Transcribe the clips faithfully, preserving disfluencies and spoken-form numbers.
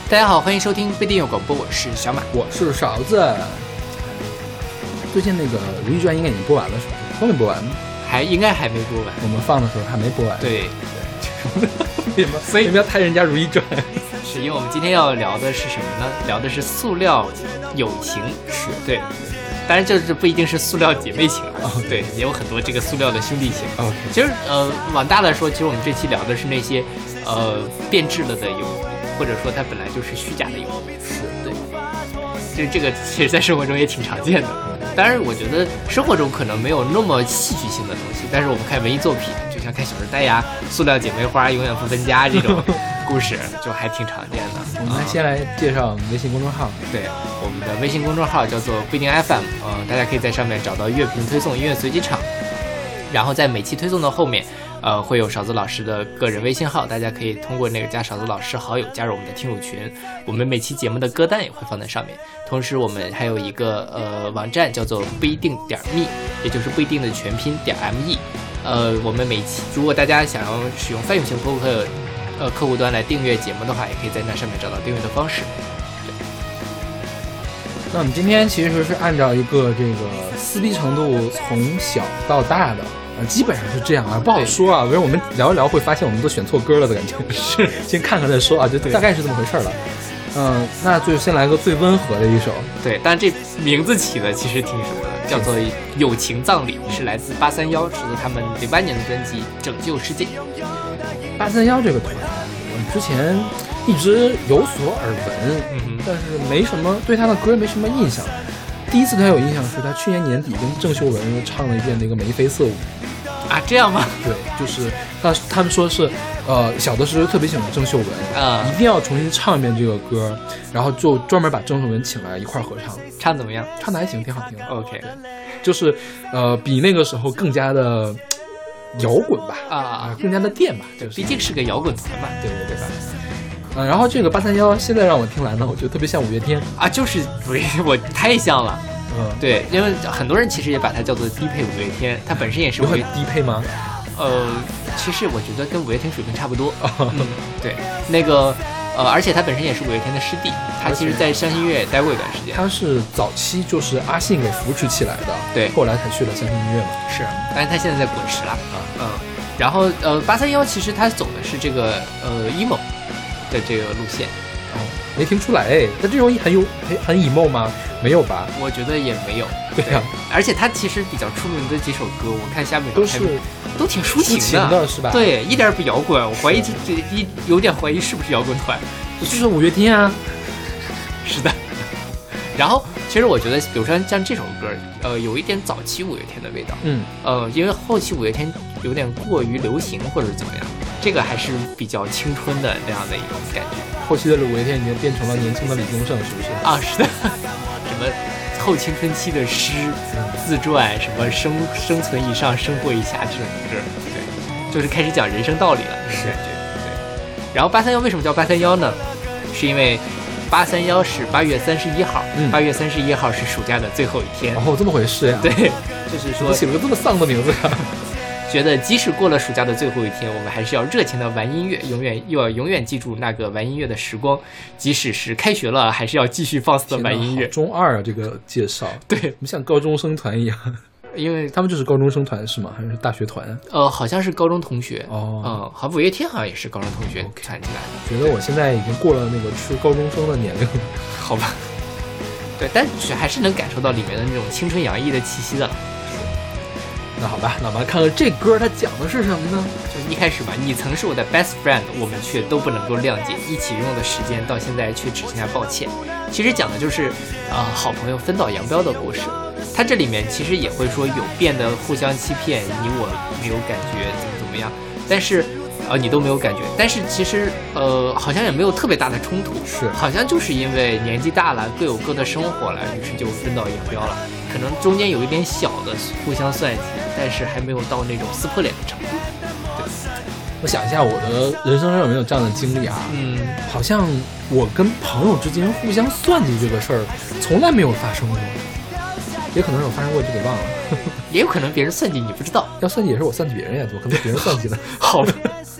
大家好，欢迎收听不一定有广播，我是小马， 我是勺子。最近那个《如懿传》应该已经播完了，是不是？后面播完还应该还没播完， 我们放的时候还没播完。 对对，为什么？所以你们要拍人家《如懿传》？ 是因为我们今天要聊的是什么呢？聊的是塑料友情，是对。当然，这不一定是塑料姐妹情啊，哦、对，也有很多这个塑料的兄弟情。 哦， 其实呃，往大了说，其实我们这期聊的是那些呃变质了的友谊，或者说它本来就是虚假的友谊。 是， 对。就是这个，其实在生活中也挺常见的。当然，我觉得生活中可能没有那么戏剧性的东西，但是我们看文艺作品，就像看《小时代》呀、《塑料姐妹花》永远不分家这种故事，就还挺常见的。 我们先来介绍微信公众号。 对，我们的微信公众号叫做不一定 F M， 呃，大家可以在上面找到乐评推送、音乐随机场，然后在每期推送的后面，呃，会有勺子老师的个人微信号，大家可以通过那个加勺子老师好友加入我们的听友群。我们每期节目的歌单也会放在上面。同时，我们还有一个呃网站叫做不一定点 me， 也就是不一定的全拼点 me。呃，我们每期如果大家想要使用泛用型播客呃客户端来订阅节目的话，也可以在那上面找到订阅的方式。 那我们今天其实是按照一个这个撕逼程度从小到大的。基本上是这样啊，不好说啊。比如我们聊一聊，会发现我们都选错歌了的感觉。 是， 先看看再说啊，就大概是这么回事了。嗯，那就先来个最温和的一首。 对，但这名字起的其实挺什么的，叫做《友情葬礼》，是来自八三幺，是他们零八年的专辑《拯救世界》。 八三幺这个团，我之前一直有所耳闻， 嗯、 但是没什么对他的歌没什么印象。第一次对他有印象是他去年年底跟郑秀文唱了一遍那个眉飞色舞。 啊，这样吗？ 对，就是他他们说是，呃，小的时候特别喜欢郑秀文， 啊、 嗯，一定要重新唱一遍这个歌，然后就专门把郑秀文请来一块合唱。 唱怎么样？ 唱的还行，挺好听的。 OK， 就是呃，比那个时候更加的摇滚吧， 啊啊， 更加的电吧，就是， 毕竟是个摇滚团嘛， 对对对吧？嗯、呃，然后这个八三幺现在让我听来呢，我觉得特别像五月天啊，就是我太像了。 嗯， 对，因为很多人其实也把它叫做低配五月天，它本身也是有很低配吗？ 呃，其实我觉得跟五月天水平差不多。嗯，对，那个呃，而且他本身也是五月天的师弟，他其实在伤心乐也待过一段时间。 他是早期就是阿信给扶持起来的， 对， 后来才去了伤心音乐嘛。 是，但是他现在在滚石了啊，嗯。然后呃，八三幺其实他走的是这个呃 emo 的这个路线。 哦，没听出来哎，那这种很有很很 emo 吗？没有吧？ 我觉得也没有。 对啊， 而且他其实比较出名的几首歌，我看下面都是都挺抒情的， 情的是吧？ 对，一点不摇滚，我怀疑这这一有点怀疑是不是摇滚团， 就是五月天啊。 是的。然后其实我觉得，比如说像这首歌，呃，有一点早期五月天的味道， 嗯， 呃，因为后期五月天有点过于流行或者怎么样，这个还是比较青春的那样的一种感觉。 后期的五月天已经变成了年轻的李宗盛，是不是？ 啊，是的。什么后青春期的诗、自传，什么生生存以上，生活以下这种歌，对，就是开始讲人生道理了，这种感觉。对。然后八三幺为什么叫八三幺呢？是因为八三幺是八月三十一号，八、嗯、月三十一号是暑假的最后一天。 哦，这么回事呀？ 对，就是说起了个这么丧的名字啊。 觉得即使过了暑假的最后一天，我们还是要热情的玩音乐，永远又要永远记住那个玩音乐的时光。即使是开学了，还是要继续放肆的玩音乐。 中二啊，这个介绍， 对， 我们像高中生团一样， 因为他们就是高中生团是吗？还是大学团？ 呃，好像是高中同学哦， 嗯，好，五月天好像也是高中同学团进来的。觉得我现在已经过了那个吃高中生的年龄了， 好吧？对，但是还是能感受到里面的那种青春洋溢的气息的。 那好吧，那我们来看看这歌它讲的是什么呢？ 就一开始吧，你曾是我的 best friend， 我们却都不能够谅解，一起拥有的时间到现在却只剩下抱歉。其实讲的就是呃好朋友分道扬镳的故事。它这里面其实也会说有变得互相欺骗，你我没有感觉怎么怎么样，但是呃你都没有感觉，但是其实呃好像也没有特别大的冲突， 是好像就是因为年纪大了，各有各的生活了，于是就分道扬镳了。可能中间有一点小的互相算计，但是还没有到那种撕破脸的程度。对， 我想一下，我的人生中有没有这样的经历啊？ 嗯， 好像我跟朋友之间互相算计这个事儿，从来没有发生过。也可能有发生过，就给忘了。 也有可能别人算计你不知道， 要算计也是我算计别人呀，怎么可能别人算计呢？ 好吧。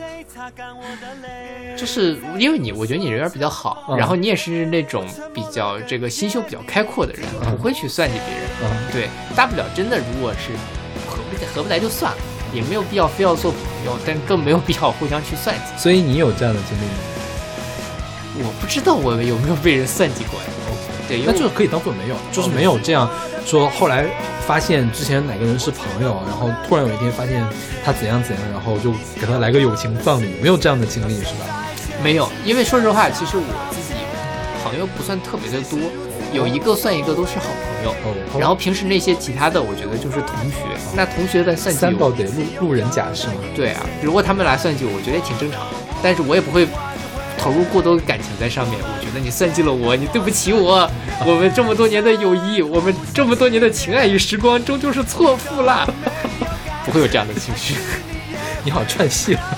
就是因为你，我觉得你人缘比较好， 嗯、 然后你也是那种比较这个心胸比较开阔的人， 嗯、 不会去算计别人。 嗯， 对，大不了真的如果是合不合不来就算了，也没有必要非要做朋友，但更没有必要互相去算计。 所以你有这样的经历吗？ 我不知道我有没有被人算计过。对， 那就是可以当做没有，就是没有这样说。后来发现之前哪个人是朋友，然后突然有一天发现他怎样怎样，然后就给他来个友情葬礼，没有这样的经历是吧？ 没有，因为说实话，其实我自己朋友不算特别的多，有一个算一个都是好朋友。 哦， 然后平时那些其他的，我觉得就是同学。哦、那同学在算计我， 三宝得路路人甲是吗？ 对啊，如果他们来算计我，我觉得也挺正常的，但是我也不会投入过多的感情在上面。我觉得你算计了我，你对不起我，我们这么多年的友谊，我们这么多年的情爱与时光，终究是错付了。不会有这样的情绪。 你好串戏了。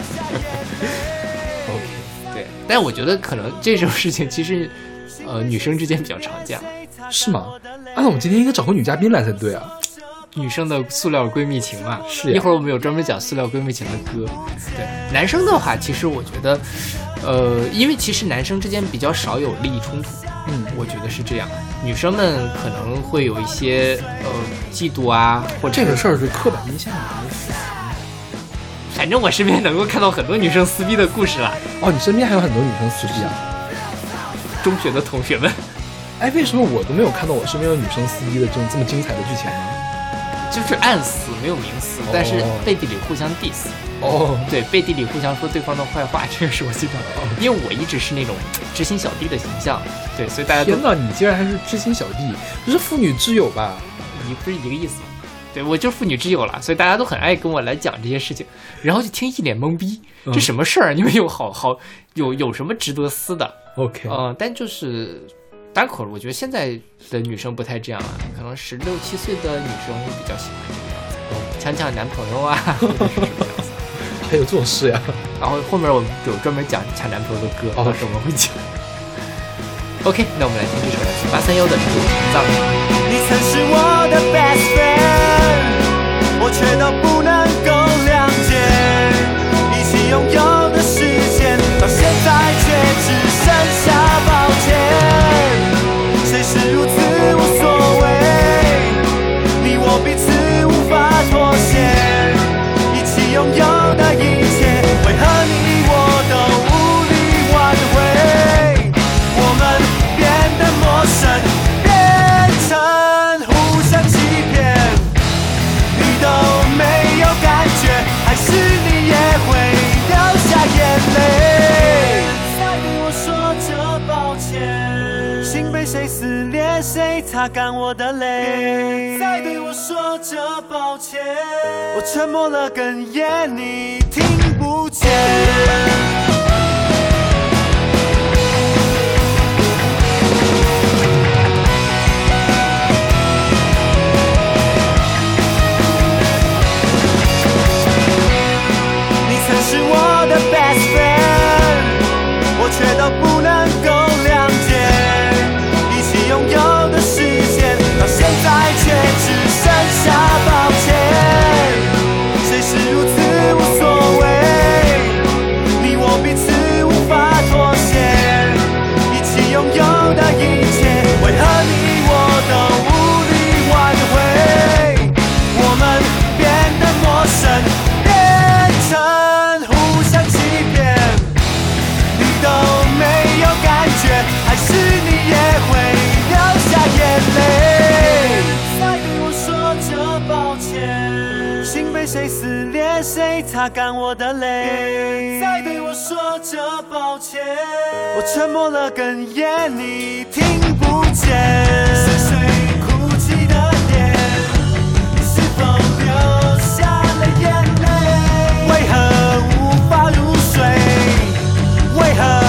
OK， 对，但我觉得可能这种事情其实，呃，女生之间比较常见。 是吗？啊，那我们今天应该找个女嘉宾来才对啊。 女生的塑料闺蜜情嘛， 是、啊。 一会儿我们有专门讲塑料闺蜜情的歌。对，男生的话，其实我觉得。呃，因为其实男生之间比较少有利益冲突， 嗯， 我觉得是这样。女生们可能会有一些呃嫉妒啊，或者这个事儿是刻板印象。 反正我身边能够看到很多女生撕逼的故事啦。 哦，你身边还有很多女生撕逼啊？ 中学的同学们。 哎，为什么我都没有看到我身边有女生撕逼的这种这么精彩的剧情呢？ 就是暗撕，没有明撕，哦、但是背地里互相 diss。 哦， 对，背地里互相说对方的坏话，这个是我经常的。因为我一直是那种知心小弟的形象，对，所以大家都。 天哪，你竟然还是知心小弟，不是妇女之友吧？ 你不是一个意思吗？对，我就是妇女之友了，所以大家都很爱跟我来讲这些事情，然后就听一脸懵逼，这什么事儿？你们有好好有有什么值得撕的 ？OK， 嗯、呃，但就是单口，我觉得现在的女生不太这样啊，可能十六七岁的女生比较喜欢这个样子，嗯、抢抢男朋友啊，或者是什么样子。 还有这种事呀？ 然后后面我们有专门讲抢男朋友的歌，到时候我们会讲。OK， 那我们来听这首来自八三幺的《友情葬礼》。 你曾是我的 best friend， 我却都不能够谅解，一起拥有的时间，到现在却只剩下抱歉。谁是如此无所谓，你我彼此无法妥协，一起拥有的一切，为何你我都无力挽回？我们变得陌生，变成互相欺骗，你都没有感觉，还是你也会流下眼泪？再对我说着抱歉，心被谁撕裂，谁擦干我的泪？再对我说着抱歉，我沉默了哽咽，你听不见。是我的 best friend， 我却都不能够谅解，一起拥有的时间，到现在却只剩下抱歉。谁是如此无所谓，你我彼此无法妥协，一起拥有的一切，为何你我都无力挽回？我们变得陌生，变成还是你也会流下眼泪？再对我说着抱歉，心被谁撕裂，谁擦干我的泪？再对我说着抱歉，我沉默了哽咽，你听不见。是谁哭泣的脸？你是否流下了眼泪？为何无法入睡？为何？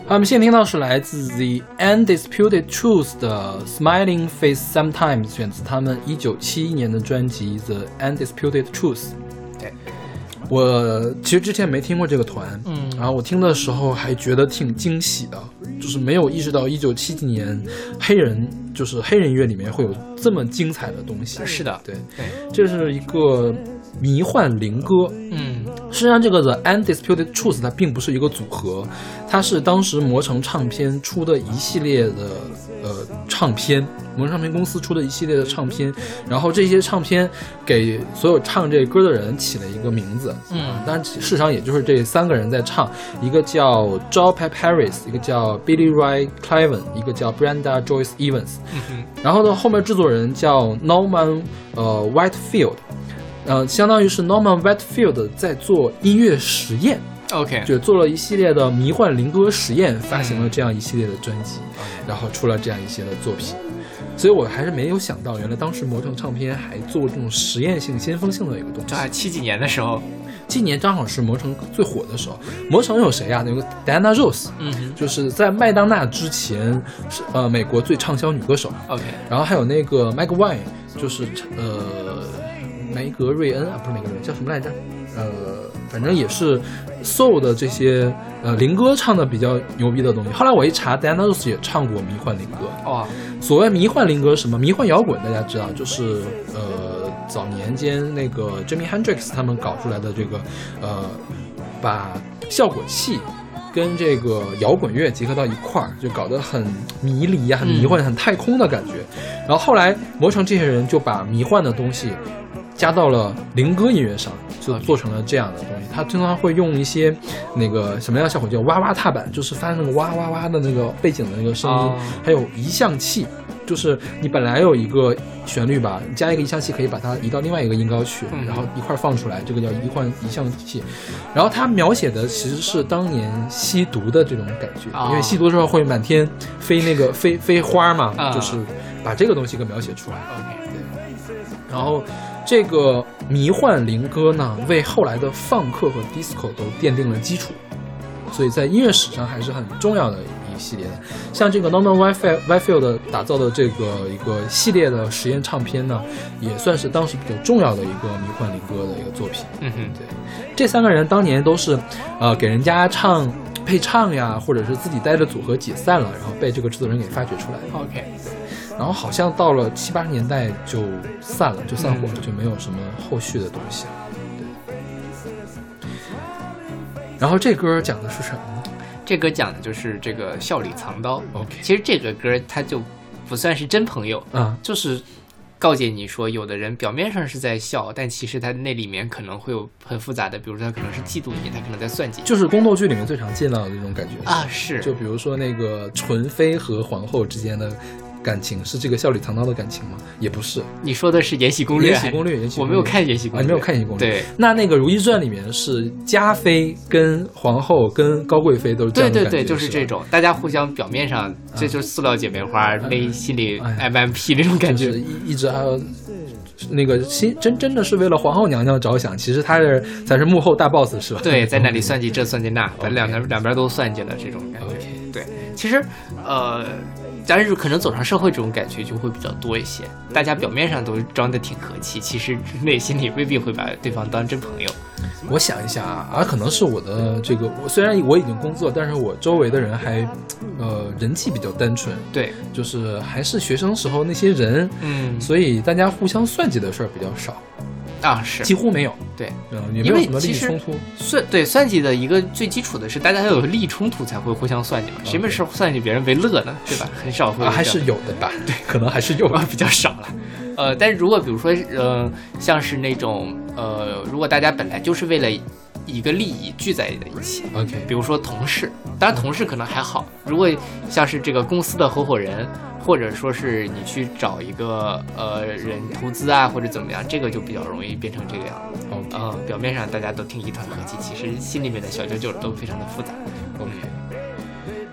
好，我们现在听到是来自 The Undisputed Truth 的 Smiling Face Sometimes， 选自他们一九七一年的专辑 The Undisputed Truth。 对， 我其实之前没听过这个团， 嗯， 然后我听的时候还觉得挺惊喜的，就是没有意识到一九七几年黑人就是黑人乐里面会有这么精彩的东西。 是的， 对对， 这是一个迷幻灵歌。 嗯， 实际上这个 The Undisputed Truth 它并不是一个组合，它是当时魔城唱片出的一系列的呃唱片，魔城唱片公司出的一系列的唱片，然后这些唱片给所有唱这歌的人起了一个名字。 嗯， 当然事实上也就是这三个人在唱，一个叫 Joe Pep Harris， 一个叫 Billy Ray Craven， 一个叫 Brenda Joyce Evans。 嗯， 然后呢，后面制作人叫 Norman 呃 Whitefield。呃，相当于是 Norman Whitefield 在做音乐实验 ，OK， 就做了一系列的迷幻灵歌实验，发行了这样一系列的专辑，嗯、然后出了这样一些的作品。所以我还是没有想到，原来当时魔城唱片还做这种实验性、先锋性的一个东西。 这还七几年的时候， 今年正好是魔城最火的时候。魔城有谁啊？有个 Diana Ross， 嗯， 就是在麦当娜之前是呃美国最畅销女歌手。 OK， 然后还有那个 Meg Wine， 就是呃。梅格瑞恩啊，不是梅格瑞恩，叫什么来着？呃，反正也是 soul 的这些呃灵歌唱的比较牛逼的东西。后来我一查 Diana Ross 也唱过迷幻灵歌。 哇、哦， 所谓迷幻灵歌是什么？迷幻摇滚大家知道，就是呃早年间那个 Jimi Hendrix 他们搞出来的这个呃把效果器跟这个摇滚乐结合到一块儿，就搞得很迷离啊，很迷幻、很太空的感觉。然后后来魔城这些人就把迷幻的东西加到了灵歌音乐上，就做成了这样的东西。他经常会用一些那个什么样的效果，叫哇哇踏板，就是发那个哇哇哇的那个背景的那个声音，哦、还有移向器，就是你本来有一个旋律吧，你加一个移向器可以把它移到另外一个音高去，嗯、然后一块放出来，这个叫移换移向器。然后它描写的其实是当年吸毒的这种感觉，哦、因为吸毒的时候会满天飞那个飞飞花嘛，哦、就是把这个东西给描写出来。 OK， 对，然后。这个迷幻灵歌呢，为后来的放克和 disco 都奠定了基础，所以在音乐史上还是很重要的一系列的。像这个 Norman Whitefield 打造的这个一个系列的实验唱片呢，也算是当时比较重要的一个迷幻灵歌的一个作品。 嗯哼， 对，这三个人当年都是呃给人家唱配唱呀，或者是自己带着组合解散了，然后被这个制作人给发掘出来的。 OK， 然后好像到了七八十年代就散了，就散伙了，嗯、就没有什么后续的东西了。对。然后这歌讲的是什么呢？ 这歌讲的就是这个笑里藏刀。 OK， 其实这个歌它就不算是真朋友， 啊、嗯， 就是告诫你说，有的人表面上是在笑，但其实他那里面可能会有很复杂的，比如说他可能是嫉妒你，他可能在算计你， 就是宫斗剧里面最常见到的这种感觉啊，是。 就比如说那个纯妃和皇后之间的感情是这个笑里藏刀的感情吗？也不是。 你说的是《延禧攻略》？ 延禧攻略，延禧攻略。 我没有看《延禧攻略》， 啊，你没有看《延禧攻略》。 对。 那那个《如懿传》里面是嘉妃跟皇后跟高贵妃都是这样的感觉。 对对对，就是这种，大家互相表面上这就是塑料姐妹花，内、嗯、心里 M M P 那种感觉， 就是一直还有。那个心真真的是为了皇后娘娘着想，其实他是才是幕后大 boss 是吧？ 对，在那里算计这算计那，把两边两边都算计了这种感觉。 Okay. 对，其实呃，但是可能走上社会这种感觉就会比较多一些，大家表面上都装得挺和气，其实内心里未必会把对方当真朋友。 我想一下啊，而可能是我的这个，虽然我已经工作，但是我周围的人还，呃，人气比较单纯， 对， 就是还是学生时候那些人， 嗯， 所以大家互相算计的事儿比较少， 啊，是几乎没有， 对， 嗯，也没有什么利益冲突。 算对算计的一个最基础的是，大家要有利益冲突才会互相算计嘛， okay. 谁没事算计别人为乐呢？对吧？很少会、 啊，还是有的吧？对，可能还是有的， 比较少了。呃，但是如果比如说，呃，像是那种，呃，如果大家本来就是为了一个利益聚在一起 ，OK， 比如说同事，当然同事可能还好，如果像是这个公司的合伙人，或者说是你去找一个呃人投资啊，或者怎么样，这个就比较容易变成这个样子。 OK， 呃，表面上大家都挺一团和气，其实心里面的小九九都非常的复杂。 OK。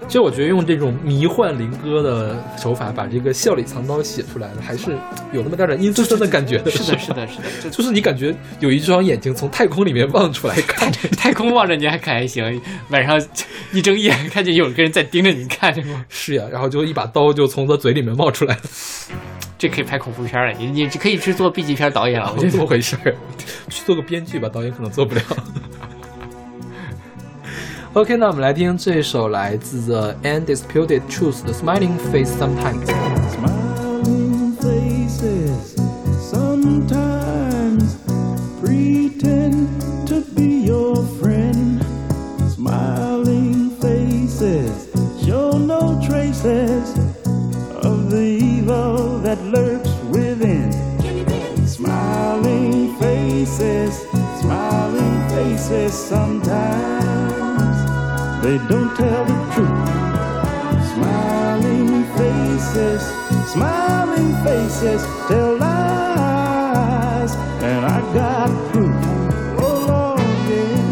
其实我觉得用这种迷幻灵歌的手法把这个笑里藏刀写出来了，还是有那么点点阴森森的感觉的。 是的，是的，是的， 就是你感觉有一双眼睛从太空里面望出来看着太空望着你还看还行，晚上一睁眼看见有个人在盯着你看， 是呀，然后就一把刀就从他嘴里面冒出来了。 这可以拍恐怖片了，你你可以去做 B 级片导演了。我觉得怎么回事？去做个编剧吧，导演可能做不了。OK， 那我们来听这首来自 The Undisputed Truth 的 Smiling Face Sometimes。 Smiling faces sometimes pretend to be your friend. Smiling faces show no traces of the evil that lurks within. Smiling faces, smiling faces sometimes they don't tell the truth. Smiling faces, smiling faces tell lies, and I got proof. Oh Lord, yeah.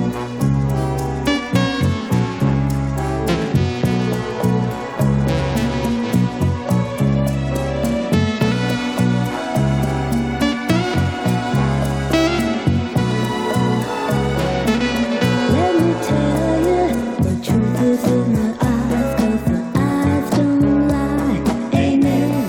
Let me tell you, the truth is in the eyes, 'cause the eyes don't lie. Amen.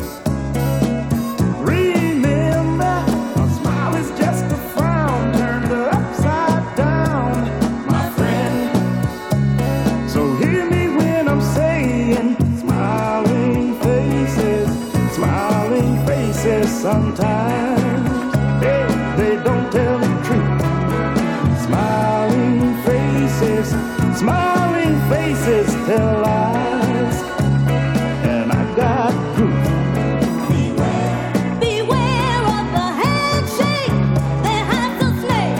Remember, a smile is just a frown turned upside down, my friend. So hear me when I'm saying, smiling faces, smiling faces sometimes, hey, they don't tell the truth. Smiling faces, smiling faces tell lies, and I got proof. Beware of the handshake that hides the snake.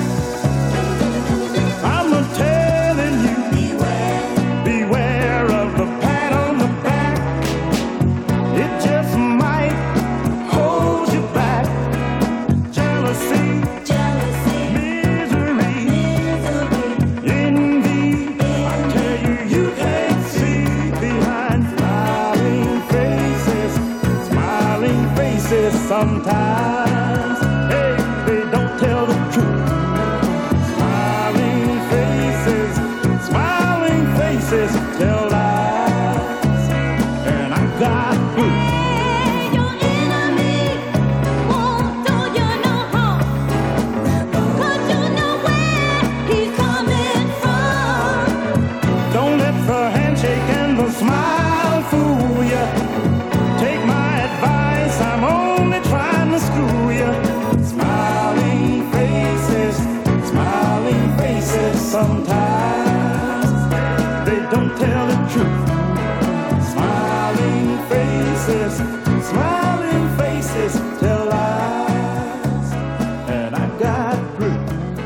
I'm a telling you, beware, beware of the pat on the back. It just might hold you back. Jealousy, Jealousy, misery, misery. envy. I tell you, you can't see behind smiling faces, smiling faces sometimes. Hey, they don't tell the truth. Smiling faces, smiling faces tell lies, and I got proof. Hey, your enemy won't do you no harm, 'cause you know where he's coming from. Don't let the handshake and the smile fool you. Take my advice, I'm only trying to school you. Smiling faces, smiling faces sometimes they don't tell the truth. Smiling faces, smiling faces tell lies, and I got proof.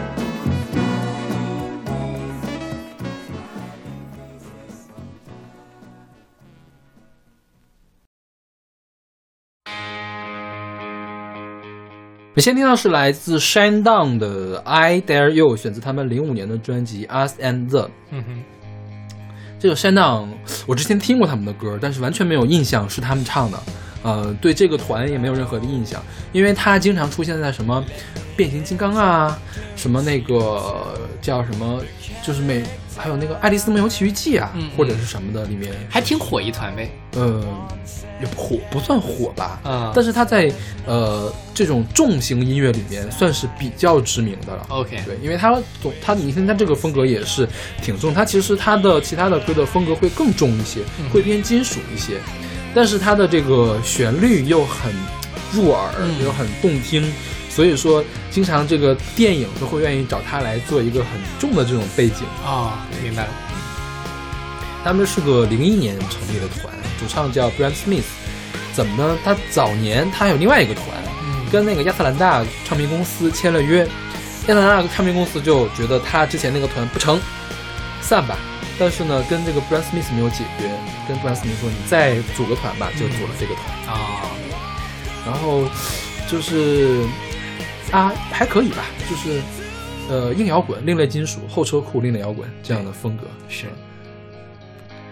我们先听到是来自 Shinedown 的 I Dare You， 选自他们零五年的专辑 Us and The。 嗯哼， 这个 Shinedown 我之前听过他们的歌，但是完全没有印象是他们唱的，呃，对这个团也没有任何的印象，因为他经常出现在什么变形金刚啊，什么那个叫什么，就是美，还有那个爱丽丝梦游奇遇记啊， 嗯或者是什么的里面， 还挺火一团呗。 呃，也火不算火吧， 嗯但是他在呃这种重型音乐里面算是比较知名的了。 OK， 对，因为他总他你听他这个风格也是挺重，他其实他的其他的歌的风格会更重一些， 嗯会偏金属一些，但是他的这个旋律又很入耳， 嗯又很动听，所以说经常这个电影都会愿意找他来做一个很重的这种背景。 哦，明白了。 他们是个零一年成立的团，主唱叫 Brent Smith。怎么呢？他早年他有另外一个团， 嗯跟那个亚特兰大唱片公司签了约，亚特兰大唱片公司就觉得他之前那个团不成，散吧。但是呢，跟这个 Brent Smith 没有解约，跟 Brent Smith 说你再组个团吧，就组了这个团。 啊、 然后就是啊，还可以吧，就是呃硬摇滚、另类金属、后车库、另类摇滚这样的风格。 是。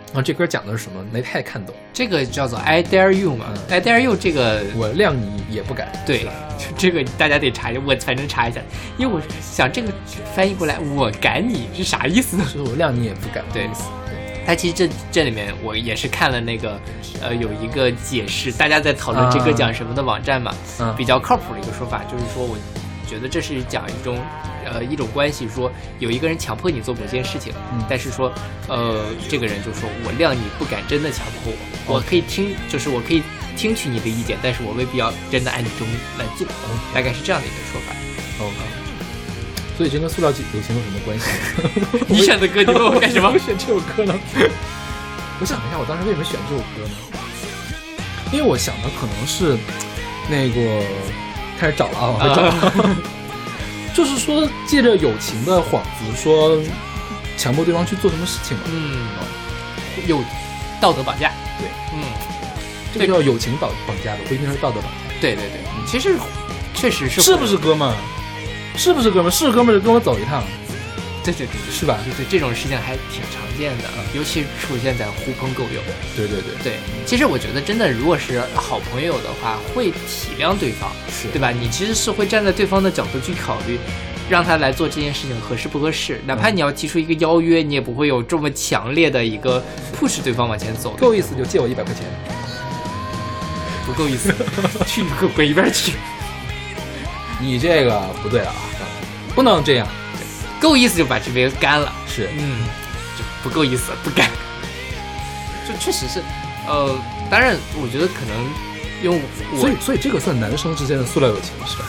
然后这歌讲的是什么？没太看懂。 这个叫做 I Dare You 嘛、 嗯、 ，I Dare You 这个我谅你也不敢。 对，这个大家得查一下，我反正查一下，因为我想这个翻译过来，我赶你是啥意思呢？ 就是我谅你也不敢。 对。它其实这这里面我也是看了那个，呃，有一个解释，大家在讨论这歌讲什么的网站嘛， 嗯、 比较靠谱的一个说法，就是说我觉得这是讲一种，呃，一种关系，说有一个人强迫你做某件事情， 嗯、 但是说，呃，这个人就说我谅你不敢真的强迫我，我可以听，就是我可以听取你的意见，但是我未必要真的按你中来做， 嗯、 大概是这样的一个说法。 哦。所以这跟塑料友情有什么关系？ 你选的歌，你问我干什么？ 我选这首歌呢？我想一下，我当时为什么选这首歌呢？因为我想的可能是那个开始找了啊，往回找了，呃、就是说借着友情的幌子，说强迫对方去做什么事情嘛。 嗯，有道德绑架。 对， 嗯， 这个叫友情绑绑架的，不一定是道德绑架。 对对对，嗯、其实确实是是不是哥们儿？是不是哥们儿？是哥们儿就跟我走一趟， 对对对， 是吧？ 对对，这种事情还挺常见的，嗯、尤其出现在狐朋狗友。 对对对对，其实我觉得真的，如果是好朋友的话，会体谅对方， 是对吧？你其实是会站在对方的角度去考虑，让他来做这件事情合适不合适。哪怕你要提出一个邀约，你也不会有这么强烈的一个 push 对方往前走。 够意思就借我一百块钱， 不够意思，去你个滚一边去！ 你这个不对啊，不能这样。 够意思就把这杯干了。 是， 嗯，就不够意思不干。就确实是，呃，当然，我觉得可能因为我， 所以所以这个算男生之间的塑料友情是吧？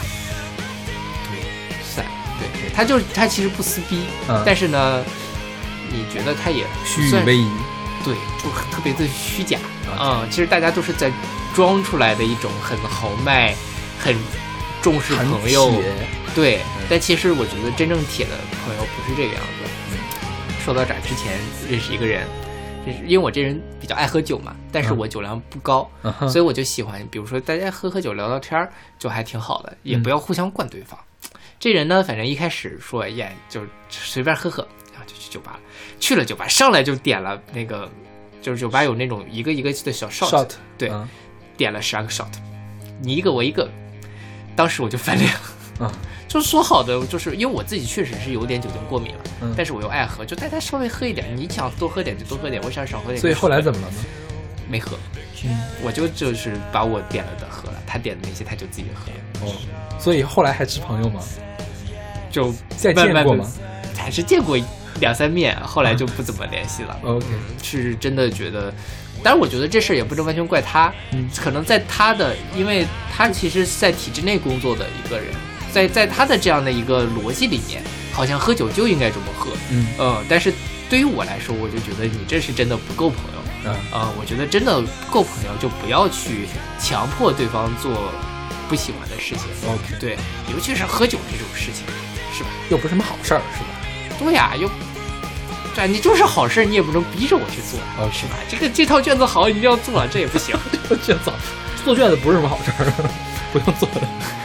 算，对，他就他其实不撕逼，嗯、但是呢，你觉得他也虚与委蛇， 对，就特别的虚假啊、嗯。其实大家都是在装出来的一种很豪迈、很重视朋友，对、嗯。但其实我觉得真正铁的朋友不是这个样子。嗯、说到这儿之前认识一个人。因为我这人比较爱喝酒嘛，但是我酒量不高、嗯、所以我就喜欢比如说大家喝喝酒聊聊天就还挺好的，也不要互相灌对方、嗯、这人呢反正一开始说耶就随便喝喝，然后就去酒吧了，去了酒吧上来就点了那个就是酒吧有那种一个一个的小 shot, shot 对、 嗯、 点了十二个 shot， 你一个我一个，当时我就翻脸了、 嗯， 就是说好的，就是因为我自己确实是有点酒精过敏了、 嗯，但是我又爱喝，就大家稍微喝一点，你想多喝点就多喝点，我想少喝点。 所以后来怎么了呢？ 没喝， 嗯， 我就就是把我点了的喝了，他点的那些他就自己喝了。 哦，所以后来还是朋友吗？ 就再见过吗？ 还是见过两三面，后来就不怎么联系了。 OK，、 嗯、是真的觉得。当然我觉得这事儿也不能完全怪他、嗯、可能在他的因为他其实是在体制内工作的一个人，在在他的这样的一个逻辑里面好像喝酒就应该这么喝， 嗯嗯，但是对于我来说我就觉得你这是真的不够朋友， 嗯呃，我觉得真的够朋友就不要去强迫对方做不喜欢的事情。 OK， 对，尤其是喝酒这种事情是吧， 又不是什么好事儿是吧？ 对呀、啊，又对，你就是好事你也不能逼着我去做、 哦、 是吧？这个这套卷子好，你一定要做，这也不行。 这个卷子做卷子不是什么好事儿，不用做了。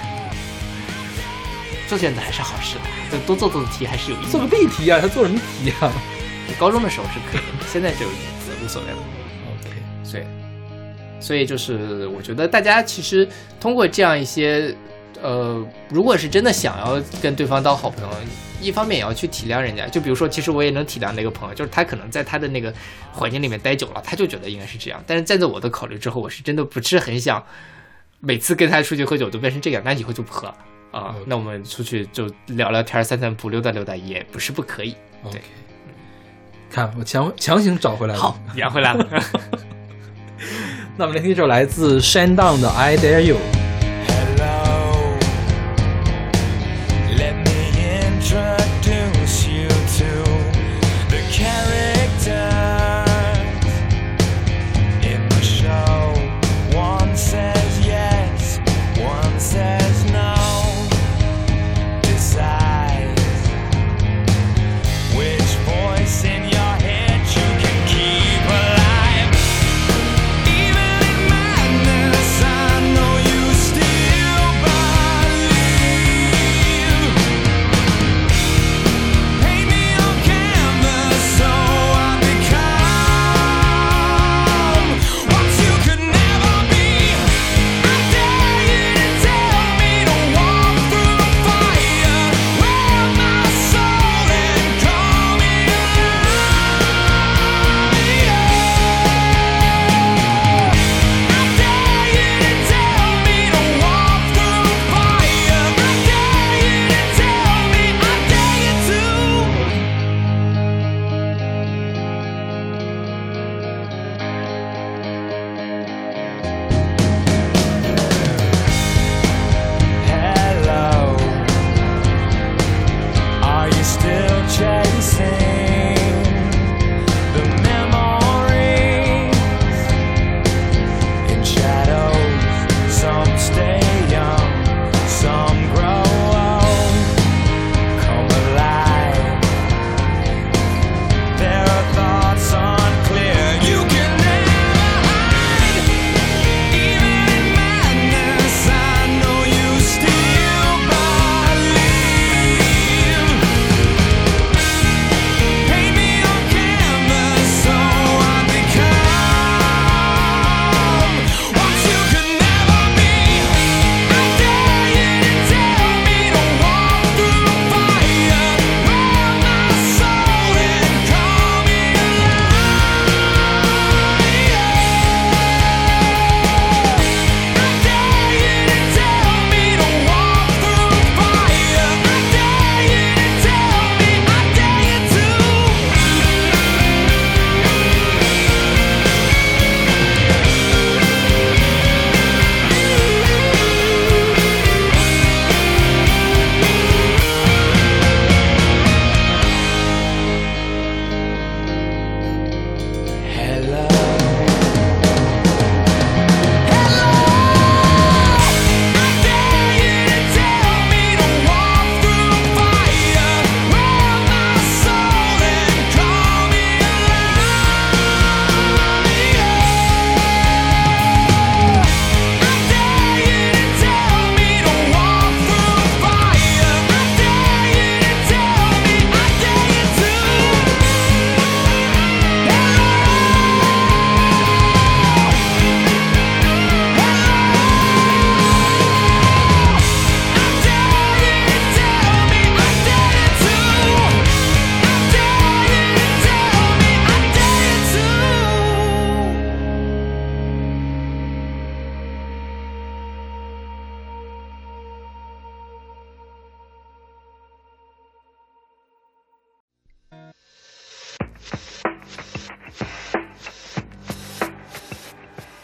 做卷子还是好事的，多做做题还是有意义。 做个例题啊，他做什么题啊？ 高中的时候是可以的，现在就无所谓了。 OK， 所以所以就是我觉得大家其实通过这样一些呃，如果是真的想要跟对方当好朋友，一方面也要去体谅人家。就比如说，其实我也能体谅那个朋友，就是他可能在他的那个环境里面待久了，他就觉得应该是这样。但是站在我的考虑之后，我是真的不是很想每次跟他出去喝酒都变成这样，那以后就不喝了啊、呃。那我们出去就聊聊天、散散步、溜达溜达也不是不可以。对， okay. 看我强强行找回来了， 好，圆回来了。 那我们来听这首来自 Shinedown 的 I Dare You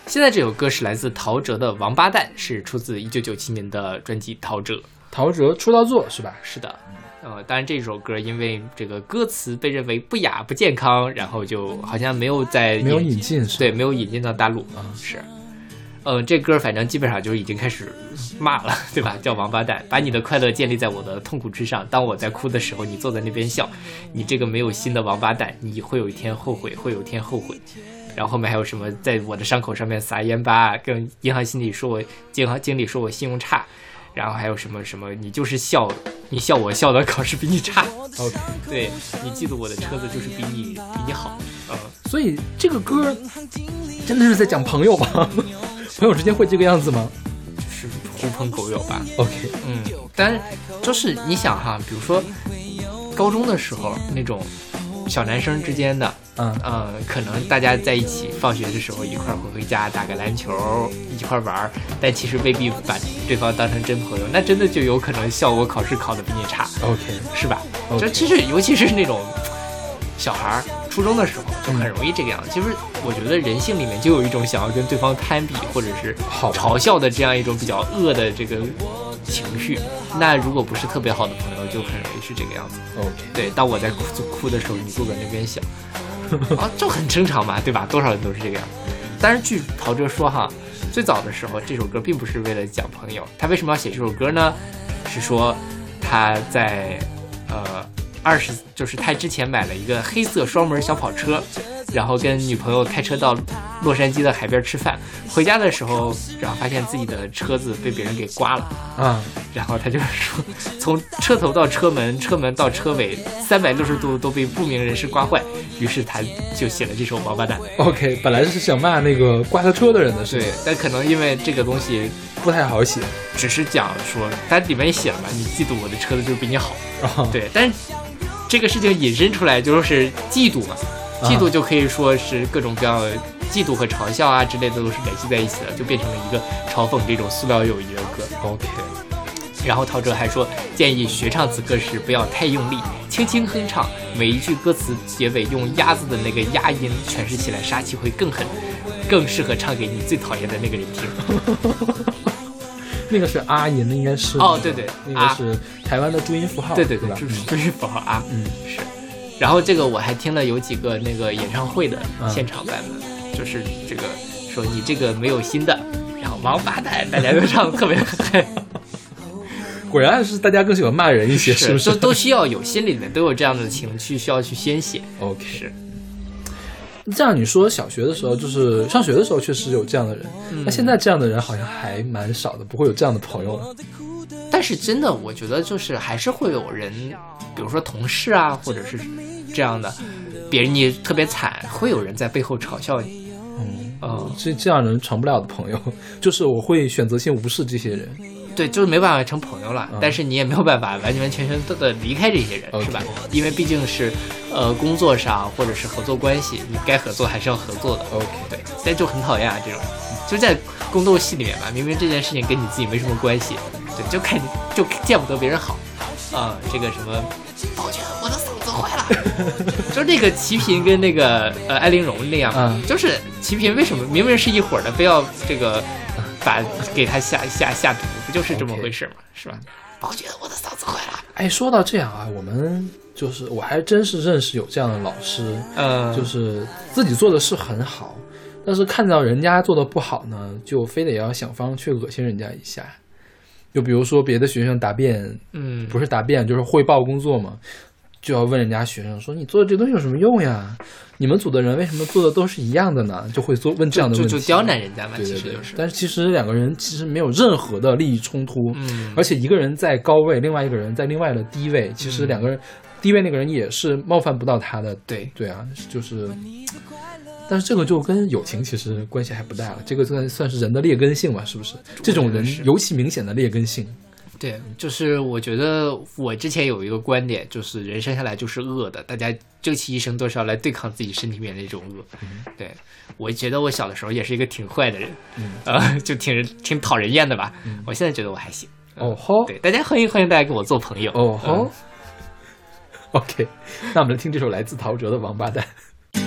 现在这首歌是来自陶喆的《王八蛋》，是出自一九九七年的专辑《陶喆》。 陶喆出道作是吧？ 是的。呃，当然这首歌因为这个歌词被认为不雅不健康，然后就好像没有在没有引进， 对，没有引进到大陆啊、嗯。是，呃，这歌反正基本上就已经开始骂了，对吧？叫王八蛋，把你的快乐建立在我的痛苦之上。当我在哭的时候，你坐在那边笑，你这个没有心的王八蛋，你会有一天后悔，会有一天后悔。然后后面还有什么，在我的伤口上面撒盐巴，跟银行经理说我银行经理说我信用差。然后还有什么什么，你就是笑，你笑我笑的考试比你差。 OK， 对，你嫉妒我的车子就是比你比你好。呃， 所以这个歌真的是在讲朋友吗？朋友之间会这个样子吗？ 就是狐朋狗友吧。 OK， 嗯，但是就是你想哈，比如说高中的时候那种小男生之间的。嗯呃，可能大家在一起放学的时候一块儿回回家打个篮球，一块玩，但其实未必把对方当成真朋友，那真的就有可能笑我考试考得比你差 ，OK， 是吧？ Okay. 就其实尤其是那种小孩初中的时候就很容易这个样子。嗯、其实我觉得人性里面就有一种想要跟对方攀比或者是嘲笑的这样一种比较恶的这个情绪。那如果不是特别好的朋友，就很容易是这个样子。 OK， 对，当我在哭哭的时候，你坐在那边笑。啊，就很正常嘛，对吧？多少人都是这个样。但是据陶喆说哈，最早的时候这首歌并不是为了讲朋友，他为什么要写这首歌呢？是说他在呃二十，就是他之前买了一个黑色双门小跑车，然后跟女朋友开车到洛杉矶的海边吃饭，回家的时候，然后发现自己的车子被别人给刮了啊， 然后他就说，从车头到车门，车门到车尾，三百六十度都被不明人士刮坏，于是他就写了这首《王八蛋》。 OK， 本来是想骂那个刮他车的人的事， 对，但可能因为这个东西不太好写， 只是讲说，它里面也写了嘛，你嫉妒我的车子就是比你好， 啊、 对，但是这个事情引申出来就是嫉妒嘛。嫉妒就可以说是各种各样的嫉妒和嘲笑啊之类的都是联系在一起的，就变成了一个嘲讽这种塑料友谊的歌。 OK， 然后陶喆还说，建议学唱此歌时不要太用力，轻轻哼唱，每一句歌词结尾用鸭子的那个压音诠释起来，杀气会更狠，更适合唱给你最讨厌的那个人听。 那个是啊音，那应该是哦，对对， 那个是台湾的注音符号， 对对对， 对吧？ 就是注音符号啊， 嗯， 是。然后这个我还听了有几个那个演唱会的现场版本，嗯、就是这个说你这个没有心的，然后王八蛋，大家都唱得特别嗨。 果然是大家更喜欢骂人一些，是不是？ 都都需要有心里面都有这样的情绪需要去宣泄。 OK， 是。 这样你说小学的时候，就是上学的时候确实有这样的人， 嗯、 那现在这样的人好像还蛮少的，不会有这样的朋友了。 但是真的，我觉得就是还是会有人，比如说同事啊，或者是这样的，别人你特别惨，会有人在背后嘲笑你。 嗯， 呃， 这这样人成不了的朋友，就是我会选择性无视这些人。 对，就是没办法成朋友了， 嗯、 但是你也没有办法完完全全的离开这些人， okay. 是吧？因为毕竟是，呃，工作上或者是合作关系，你该合作还是要合作的。 OK， 对，但就很讨厌啊，这种，就在宫斗戏里面吧，明明这件事情跟你自己没什么关系，对，就看就见不得别人好，啊、呃，这个什么，宝娟，我的嗓子坏了，就是那个齐秦跟那个呃艾玲珑那样， 嗯、 就是齐秦为什么明明是一伙的，非要这个。把给他下下下毒，不就是这么回事吗？ Okay. 是吧？宝觉得我的嗓子坏了。 哎，说到这样啊，我们就是我还真是认识有这样的老师， 嗯， 就是自己做的事很好，但是看到人家做的不好呢，就非得要想方去恶心人家一下。就比如说别的学生答辩， 嗯， 不是答辩就是汇报工作嘛，就要问人家学生说你做的这东西有什么用呀？你们组的人为什么做的都是一样的呢？就会做问这样的问题， 就就刁难人家嘛。 对对对， 其实就是， 但是其实两个人其实没有任何的利益冲突， 嗯， 而且一个人在高位，另外一个人在另外的低位，其实两个人、嗯、低位那个人也是冒犯不到他的。 对对啊，就是，但是这个就跟友情其实关系还不大了，这个算算是人的劣根性吧，是不是？这种人尤其明显的劣根性。 对，就是我觉得我之前有一个观点，就是人生下来就是恶的，大家终其一生都是要来对抗自己身体里面的那种恶。 嗯、 对，我觉得我小的时候也是一个挺坏的人， 嗯、 呃，就挺挺讨人厌的吧。 嗯、 我现在觉得我还行。 哦吼， 对，大家欢迎欢迎大家跟我做朋友。 哦吼、 嗯、 ，OK， 那我们来听这首来自陶喆的《王八蛋》。 我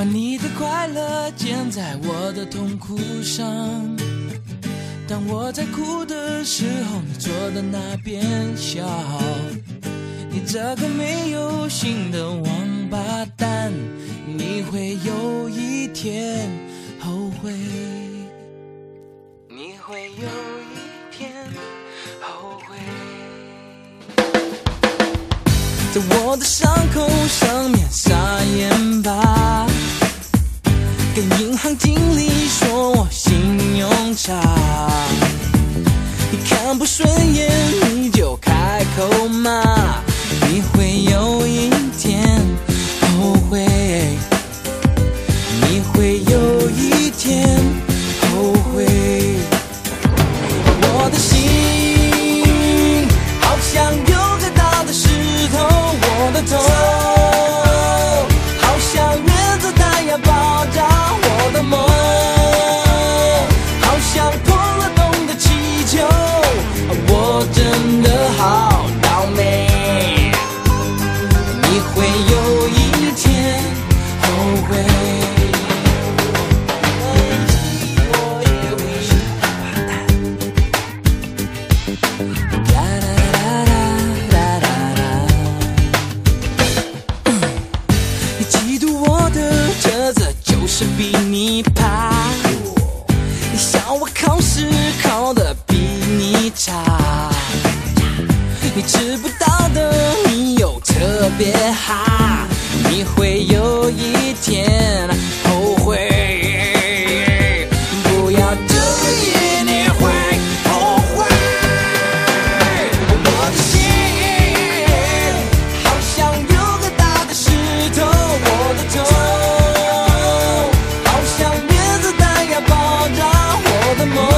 把你的快乐建在我的痛苦上。当我在哭的时候，你坐的那边笑。你这个没有心的王八蛋，你会有一天后悔，你会有一天后悔。在我的伤口上面撒盐巴，跟银行经理说我信用差，你看不顺眼你就开口骂，你会有一天后悔，你会有一天后悔。我的心好像有个大的石头，我的头好像原子弹要爆炸，我的梦好像破了洞的气球，我真的好倒霉。你会有一天后悔，我也会是完蛋。哒哒哒哒哒哒。你嫉妒我的车子就是比你怕，你笑我考试考得比你差，你吃不到的你又特别哈，你会有一天后悔，不要注意你会后悔。我的心好像有个大的石头，我的头好像原子弹要爆炸，我的梦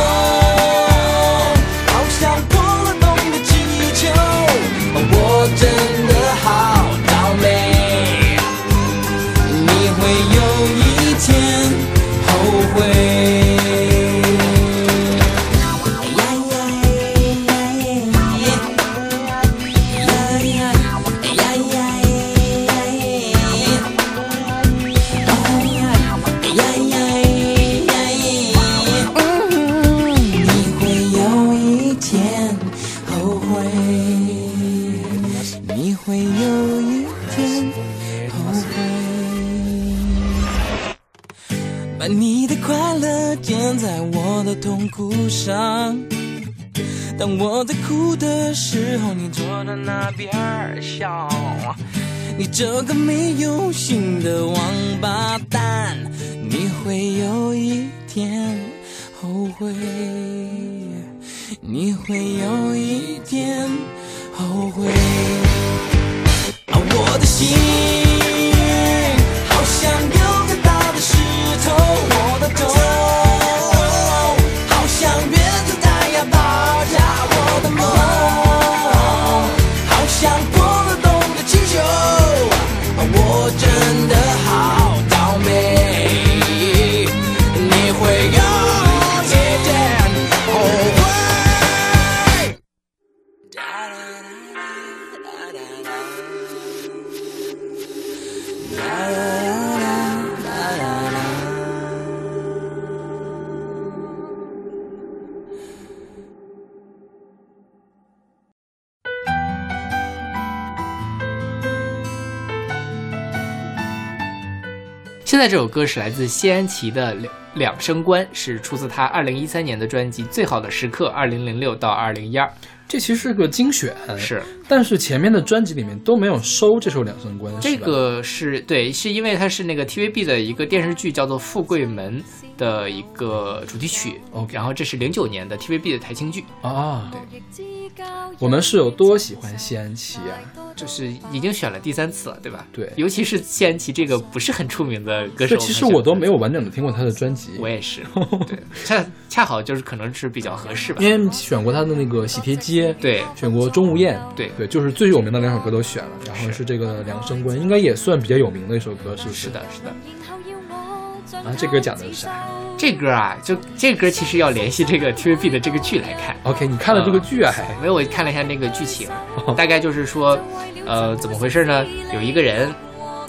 好像破了洞的气球，我真的好倒霉。你会有一天后悔。你会有一天后悔，把你的快乐建在我的痛苦上。当我在哭的时候，你坐在那边笑。你这个没有心的王八蛋，你会有一天后悔，你会有一天后悔。啊，我的心好像有个大的石头，我的头好像原子弹要爆炸，我的梦好像破了洞的气球，我真的好倒霉。你会有一天后悔。 现在这首歌是来自谢安琪的两两声关，是出自他二零一三年的专辑《最好的时刻》二零零六到二零一二。 这其实是个精选， 是， 但是前面的专辑里面都没有收这首两声关。 这个是对，是因为它是那个 T V B 的一个电视剧叫做《富贵门》的一个主题曲， OK， 然后这是零九年的 T V B 的台庆剧啊。 对， 我们是有多喜欢谢安琪啊？ 就是已经选了第三次了，对吧？ 对， 尤其是谢安琪这个不是很出名的歌手， 其实我都没有完整的听过他的专辑。 我也是，对，恰恰好就是可能是比较合适吧。 因为选过他的那个《喜帖街》， 对， 选过《钟无艳》， 对对，就是最有名的两首歌都选了，然后是这个《两声关》，应该也算比较有名的一首歌，是不是？ 是的，是的。 啊，这歌讲的是啥？ 这歌啊，就这歌其实要联系这个 T V B 的这个剧来看。 OK， 你看了这个剧啊？还、 呃、没有，我看了一下那个剧情，大概就是说，呃，怎么回事呢？有一个人，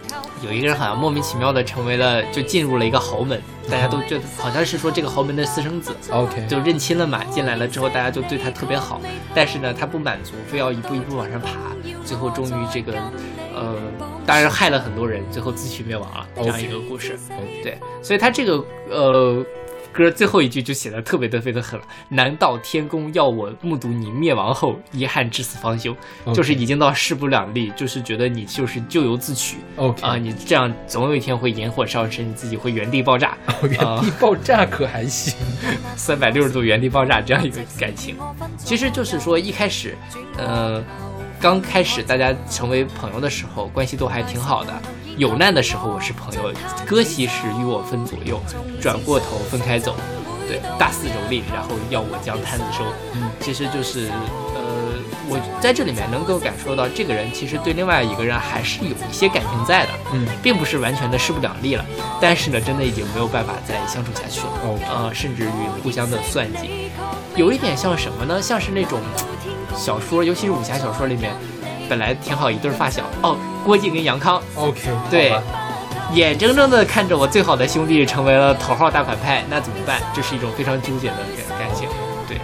有一个人好像莫名其妙的成为了，就进入了一个豪门，大家都觉得好像是说这个豪门的私生子， OK， 就认亲了嘛，进来了之后大家就对他特别好，但是呢他不满足，非要一步一步往上爬，最后终于这个呃，当然害了很多人，最后自取灭亡了，这样一个故事。 OK 对，所以他这个呃歌最后一句就写的特别特别的狠了，难道天公要我目睹你灭亡后，遗憾至死方休？ OK 就是已经到势不两立，就是觉得你就是咎由自取。 OK 啊、你这样总有一天会引火烧身，你自己会原地爆炸。 原地爆炸可还行？ 三百六十度原地爆炸这样一个感情，其实就是说一开始，呃，刚开始大家成为朋友的时候，关系都还挺好的。有难的时候我是朋友，割席时与我分左右，转过头分开走。对，大肆蹂躏，然后要我将摊子收。嗯，其实就是呃，我在这里面能够感受到，这个人其实对另外一个人还是有一些感情在的。 嗯， 并不是完全的势不两立了，但是呢，真的已经没有办法再相处下去了。 哦， 呃，甚至于互相的算计，有一点像什么呢？像是那种小说，尤其是武侠小说里面，本来挺好一对发小哦，郭靖跟杨康。 OK， 对，眼睁睁的看着我最好的兄弟成为了头号大反派，那怎么办？这是一种非常纠结的感感情。对，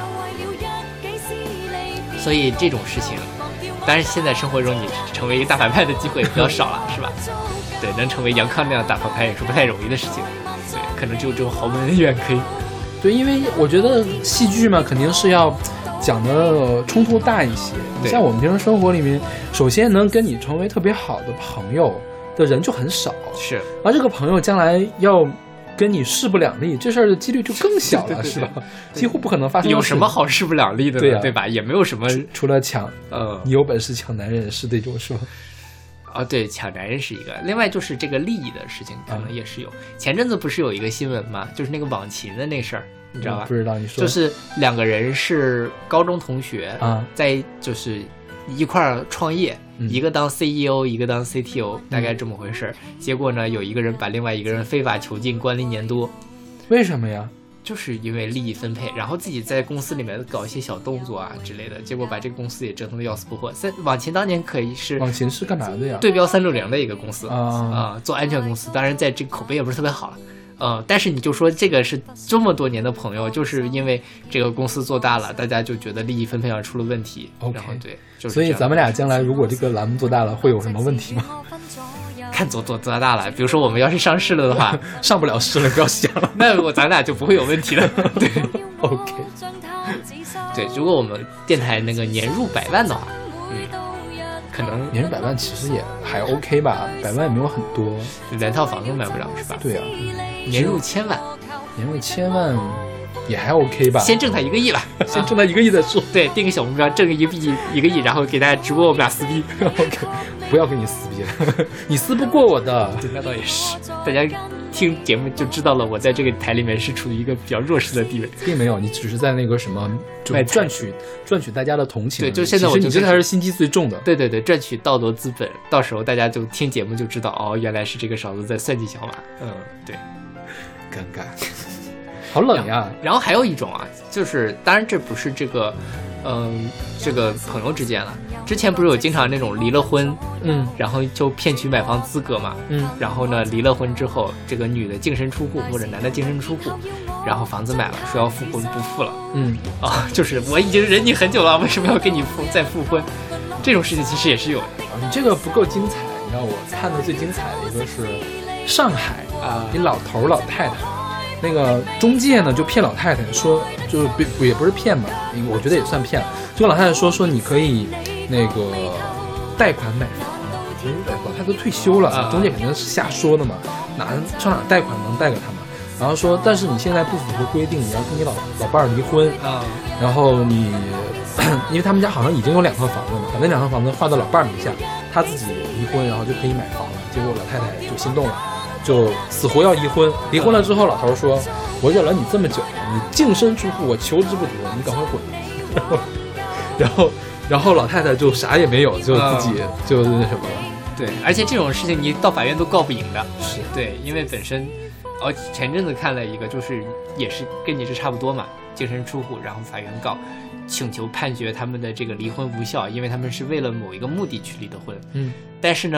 所以这种事情，当然现在生活中你成为一个大反派的机会比较少了，是吧？对，能成为杨康那样的大反派也是不太容易的事情。对，可能只有这种豪门恩怨可以。 对，因为我觉得戏剧嘛，肯定是要讲的冲突大一些。 对像我们平时生活里面，首先能跟你成为特别好的朋友的人就很少， 是， 而这个朋友将来要跟你势不两立，这事儿的几率就更小了， 对对对是吧？几乎不可能发生。 有什么好势不两立的呢？ 对啊对吧？也没有什么， 除了抢， 呃， 你有本事抢男人是这种，是吧？ 哦，对，抢男人是一个，另外就是这个利益的事情，可能也是有。前阵子不是有一个新闻吗？就是那个网勤的那事儿，你知道吧？ 嗯不知道，你说。 就是两个人是高中同学啊， 在就是一块儿创业， 嗯一个当 C E O， 一个当 C T O，大概这么回事儿。结果呢，有一个人把另外一个人非法囚禁，关了一年多。 为什么呀？ 就是因为利益分配，然后自己在公司里面搞一些小动作啊之类的，结果把这个公司也折腾的要死不活。三网勤当年可以是网勤是干嘛的呀？ 对标三六零的一个公司啊啊、做安全公司，当然在这个口碑也不是特别好了。呃，但是你就说这个是这么多年的朋友，就是因为这个公司做大了，大家就觉得利益分配上出了问题。 OK 然后对，就是所以这样咱们俩将来如果这个栏目做大了，会有什么问题吗？ 看做做做大了，比如说我们要是上市了的话， 上不了市了，不要想了。 那我咱俩就不会有问题了。对 OK， 对，如果我们电台那个年入百万的话，嗯，可能年入百万其实也还 OK 吧，百万也没有很多。 连套房都买不了，是吧？ 对啊， 年入千万， 年入千万也还 OK 吧。 先挣他一个亿吧， 先挣到一个亿再说。 对，定个小目标，挣个一个亿一个亿，然后给大家直播我们俩撕逼。 OK， 不要跟你撕逼了，你撕不过我的。 对，那倒也是，大家听节目就知道了，我在这个台里面是处于一个比较弱势的地位。 并没有，你只是在那个什么，就卖菜赚取赚取大家的同情而已。 对就现在我其实你就这才是心机最重的。 对对对，赚取道德资本，到时候大家就听节目就知道，哦，原来是这个勺子在算计小马。嗯，对。 尴尬，好冷呀。 然后还有一种啊，就是当然这不是这个，嗯、这个朋友之间了。之前不是有经常那种离了婚， 嗯然后就骗取买房资格嘛， 嗯， 然后呢离了婚之后，这个女的净身出户或者男的净身出户，然后房子买了，说要复婚不复了， 嗯， 啊，就是我已经忍你很久了，为什么要跟你复再复婚？这种事情其实也是有的。 你这个不够精彩。你知道我看的最精彩的一个是上海啊一老头儿老太太，那个中介呢就骗老太太说，就是不也不是骗吧，我觉得也算骗了。就跟老太太说说你可以那个贷款买房，因为老太太都退休了， 啊中介肯定是瞎说的嘛，哪上哪贷款能贷给他们？然后说，但是你现在不符合规定，你要跟你老老伴儿离婚， 啊， 然后你，因为他们家好像已经有两套房子嘛，把那两套房子划到老伴儿名下，他自己离婚，然后就可以买房了。结果老太太就心动了，就死活要离婚。离婚了之后，老头说：“我忍了你这么久了，你净身出户，我求之不得，你赶快滚。”然后，然后，然后老太太就啥也没有，就自己就那什么了。 对，而且这种事情你到法院都告不赢的。 是对，因为本身，哦，前阵子看了一个，就是也是跟你这差不多嘛，净身出户，然后法院告，请求判决他们的这个离婚无效，因为他们是为了某一个目的去离的婚。 嗯， 但是呢，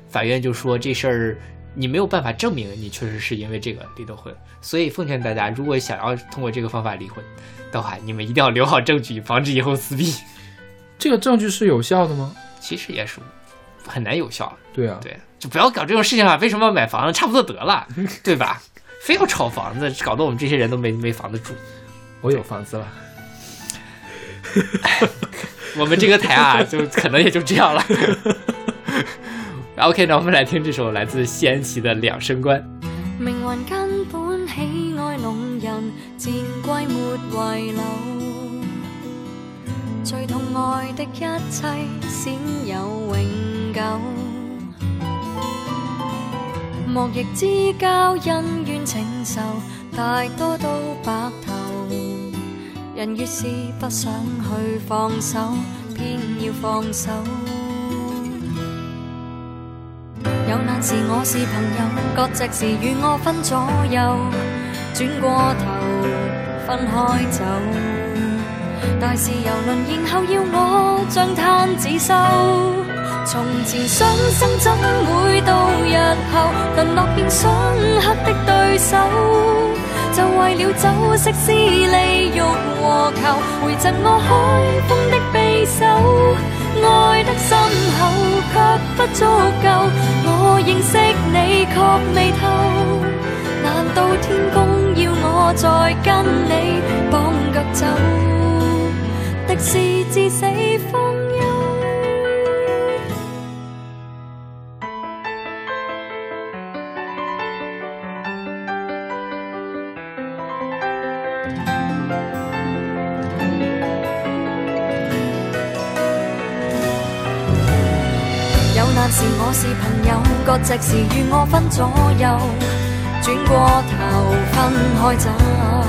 法院就说这事儿你没有办法证明你确实是因为这个离的婚，所以奉劝大家，如果想要通过这个方法离婚的话，你们一定要留好证据，防止以后撕逼。 这个证据是有效的吗？ 其实也是很难有效了。 对啊， 对，就不要搞这种事情了。为什么要买房子？差不多得了，对吧？非要炒房子，搞得我们这些人都没没房子住。 我有房子了。 我们这个台啊，就可能也就这样了。OK， 那我们来聽這首來自謝安琪的《兩生關》。 命運根本喜愛弄人，賤貴沒遺留，最痛愛的一切鮮有永久。莫逆之交恩怨情仇，大多都白頭。人越是不想去放手，偏要放手。有難時我是朋友，割席時與我分左右，轉過頭分開走。大事遊輪，然後要我將攤子收。從前相生怎會到日後淪落變相克的對手？就為了酒色私利欲和求，回贈我海風的匕首。愛得深厚卻不足夠，我認識你確未透。難道天公要我再跟你綁腳走？的是至死方休。但是我是朋友，割席時與我分左右，轉過頭分開走。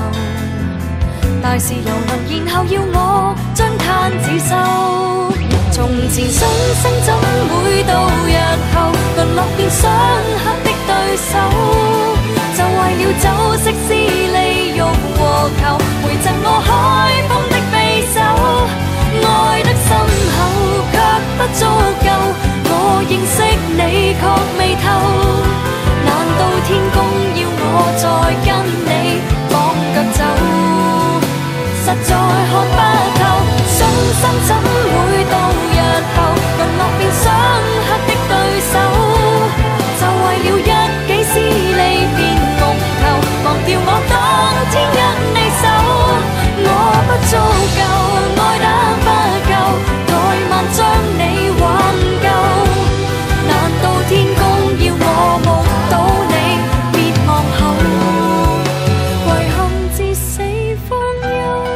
大事遊輪，然後要我將攤子收。從前相生怎會到日後淪落變相克的對手？就為了酒色私利欲和求，回贈我海風的匕首。愛得深厚卻不足夠，我認識你確未透。難道天公要我再跟你綁腳走？實在看不透，傷心怎會到日後淪落變相克的對手？就為了一己私利變夢頭，忘掉我當天一你手。我不足夠，愛得不夠，怠慢將你挽救。難道天公要我目睹你別望後，遺憾至死方休？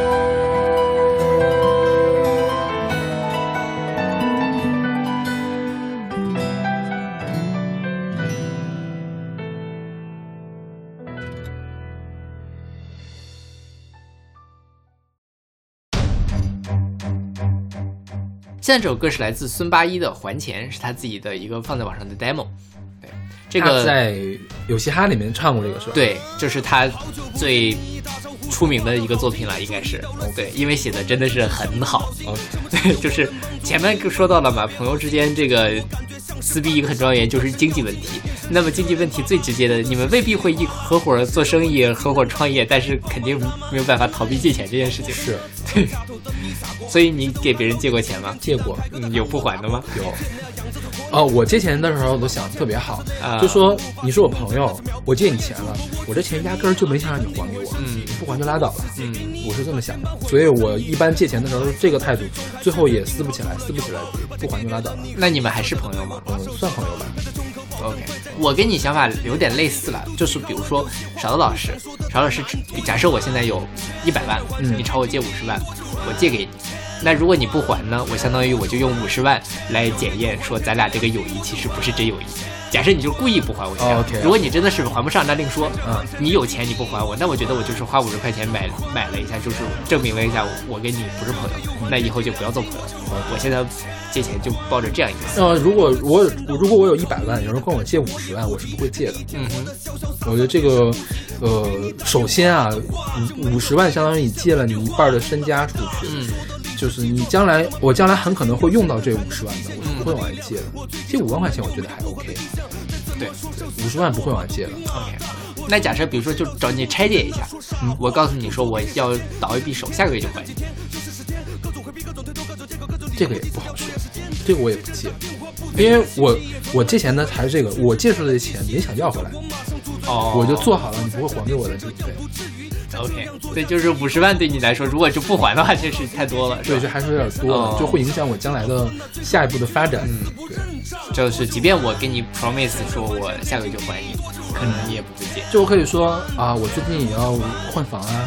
现在这首歌是来自孙八一的《还钱》，是他自己的一个放在网上的 demo。对，这个他在有嘻哈里面唱过这个是吧？ 对，就是他最出名的一个作品了，应该是。对，因为写的真的是很好。 哦， 对，就是前面说到了嘛，朋友之间这个撕逼一个很重要原因就是经济问题。那么经济问题最直接的，你们未必会一合伙做生意、合伙创业，但是肯定没有办法逃避借钱这件事情。 是， 对。所以你给别人借过钱吗？ 借过。 嗯，有不还的吗？ 有。哦，我借钱的时候都想得特别好， 啊、 就说你是我朋友，我借你钱了，我这钱压根儿就没想让你还给我， 嗯， 你不还就拉倒了， 嗯，我是这么想的，所以我一般借钱的时候是这个态度，最后也撕不起来，撕不起来，不还就拉倒了。 那你们还是朋友吗？ 嗯，算朋友吧。 OK， 我跟你想法有点类似了，就是比如说勺子老师，勺子老师，假设我现在有一百万， 嗯， 你朝我借五十万，我借给你。那如果你不还呢，我相当于我就用五十万来检验，说咱俩这个友谊其实不是真友谊。假设你就故意不还我钱， oh, okay. 如果你真的是还不上，那另说。 嗯， 你有钱你不还我，那我觉得我就是花五十块钱买买了一下，就是证明了一下我跟你不是朋友， 嗯， 那以后就不要做朋友。我现在借钱就抱着这样一个思路。呃，如果我如果我有一百万，有人跟我借五十万，我是不会借的。 嗯哼， 我觉得这个，呃，首先啊，五十万相当于你借了你一半的身家出去。 嗯。 就是你将来我将来很可能会用到这五十万的，我是不会往外借的。借五万块钱我觉得还 OK， 对， 五十万不会往外借了。 OK， 那假设比如说就找你拆借一下，嗯，我告诉你说我要倒一笔手，下个月就还你， 这个也不好说，这个我也不借，因为我我借钱的还是这个，我借出来的钱没想要回来， 哦， 我就做好了你不会还给我的这个费。 OK， 对，就是五十万对你来说，如果就不还的话，确实太多了， 对，就还是有点多了， 哦、 就会影响我将来的下一步的发展。 嗯， 对， 就是即便我给你 promise 说我下个月就还你，可能你也不会借。 就我可以说啊，我最近也要换房啊，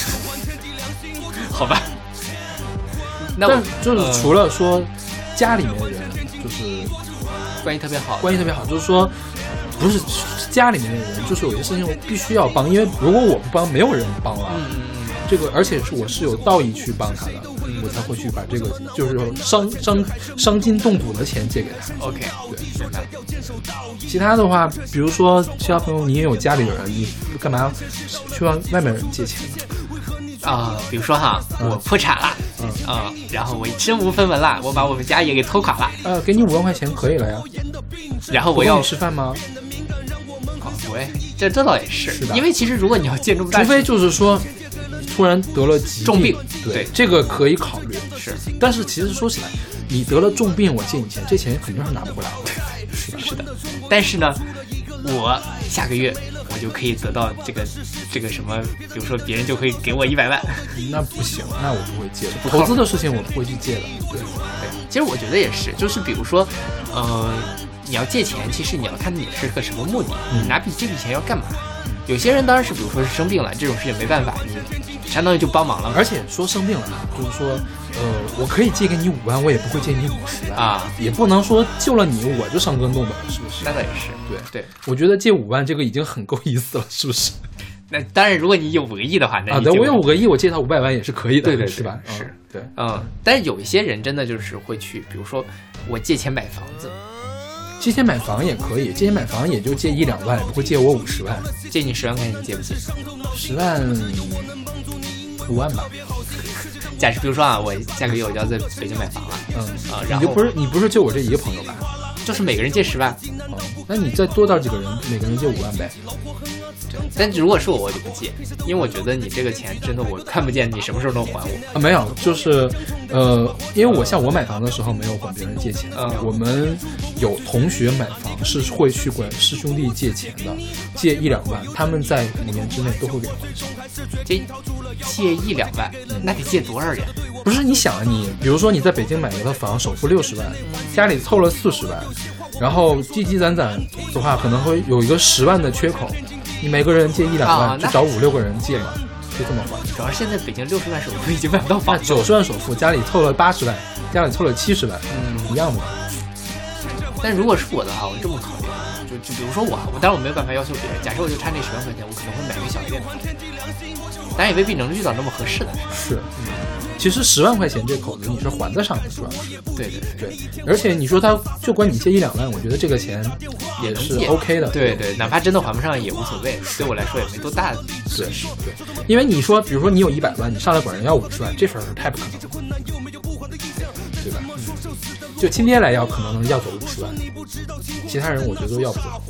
好吧。那我就是除了说家里面的人，就是关系特别好， 关系特别好，就是说。不是家里面的人，就是有些事情我必须要帮，因为如果我不帮，没有人帮了。 嗯嗯嗯。 这个，而且是我是有道义去帮他的，嗯、我才会去把这个就是伤伤伤筋动骨的钱借给他。 OK， 对，明白。其他的话，比如说其他朋友，你也有家里人，你干嘛去往外面人借钱啊、呃？比如说哈，嗯、我破产了，嗯啊、呃，然后我身无分文了，我把我们家也给拖垮了。 呃，给你五万块钱可以了呀。 然后我要吃饭吗？ 哦，对，这这倒也是， 是的。 因为其实如果你要借这么大， 除非就是说突然得了疾病重病， 对， 对这个可以考虑。 是， 但是其实说起来，你得了重病，我借你钱，这钱肯定是拿不回来的。 是的，是的。但是呢，我下个月我就可以得到这个这个什么，比如说别人就会给我一百万， 那不行，那我不会借的。投资的事情我不会去借的。对对， 其实我觉得也是，就是比如说，呃。你要借钱，其实你要看你是个什么目的，你拿笔这笔钱要干嘛？有些人当然是，比如说是生病了，这种事情没办法，你相当于就帮忙了。 而且说生病了，就是说，呃，我可以借给你五万，我也不会借你五十万啊， 也不能说救了你我就伤筋动骨，是不是？ 那倒也是， 对对， 我觉得借五万这个已经很够意思了，是不是？ 那当然，如果你有五个亿的话，那啊，对，我有五个亿，我借他五百万也是可以的， 对对， 是吧？ 是， 嗯、对， 嗯，但是有一些人真的就是会去，比如说我借钱买房子。 借钱买房也可以，借钱买房也就借一两万，也不会借我五十万。 借你十万块钱，你借不借？ 十万，五万吧。 假设比如说啊，我下个月我就要在北京买房了， 嗯啊，然后你就不是你不是就我这一个朋友吧？ 就是每个人借十万。 哦，那你再多到几个人，每个人借五万呗。 对，但如果是我，我就不借，因为我觉得你这个钱真的我看不见你什么时候能还我啊。没有，就是呃，因为我像我买房的时候没有管别人借钱， 嗯， 我们有同学买房是会去管师兄弟借钱的，借一两万，他们在五年之内都会给还上。 这借一两万，那得借多少人？ 不是你想啊，你比如说你在北京买一个房，首付六十万，家里凑了四十万，然后积积攒攒的话，可能会有一个十万的缺口。你每个人借一两万， 啊、 就找五六个人借嘛，就这么还。 主要是现在北京六十万首付已经买不到房， 九十万首付，家里凑了八十万，家里凑了七十万， 嗯， 一样的。 但如果是我的话，我这么考虑，就就比如说我，我当然我没有办法要求别人，假设我就差那十万块钱，我可能会买一个小一点的房子，当然也未必能遇到那么合适的。 是，嗯，其实十万块钱这口子你是还得上的，主要是。 对对对，而且你说他就管你借一两万，我觉得这个钱也是 OK 的。 对对，哪怕真的还不上也无所谓，对我来说也没多大的损失。 对，因为你说，比如说你有一百万，你上来管人要五十万，这份儿是太不可能了，对吧？嗯，就亲爹来要，可能能要走五十万，其他人我觉得都要不走。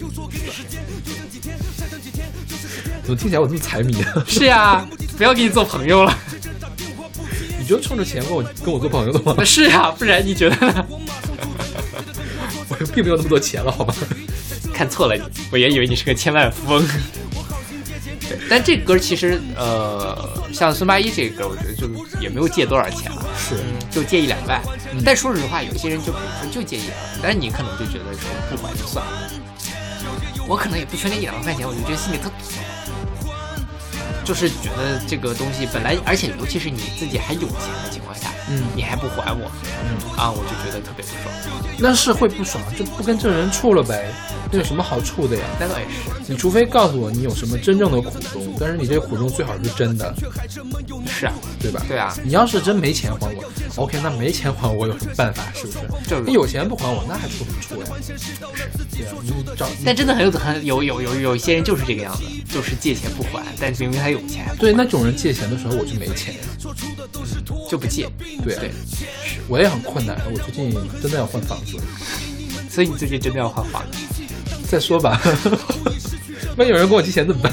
怎么听起来我这么财迷啊？ 是呀，不要跟你做朋友了。 你就冲着钱跟我跟我做朋友的吗？ 是呀，不然你觉得呢？ 我并没有那么多钱了，好吧？ 看错了你，我也以为你是个千万富翁。对，但这歌其实呃，像孙八一这个歌，我觉得就也没有借多少钱了， 是、 嗯、就借一两万、嗯。但说实话，有些人就比如说就借一两万，但是你可能就觉得说不还就算了。我可能也不缺那一两万块钱，我就觉得心里特堵。就是觉得这个东西本来，而且尤其是你自己还有钱的情况下，嗯，你还不还我，嗯啊，我就觉得特别不爽。 那是会不爽，就不跟这人处了呗，那有什么好处的呀？ 那倒也是， 你除非告诉我你有什么真正的苦衷，但是你这个苦衷最好是真的。 是啊， 对吧？ 对啊， 你要是真没钱还我 ，OK， 那没钱还我有什么办法？是不是？ 就是你有钱不还我，那还处什么处呀？是，对啊，你找， 但真的很有很有有有有一些人就是这个样子， 就是借钱不还，但明明他有钱， 对那种人借钱的时候我就没钱， 就不借。 对啊对， 我也很困难，我最近真的要换房子， 所以你最近真的要换房子？ 再说吧，万一有人跟我借钱怎么办？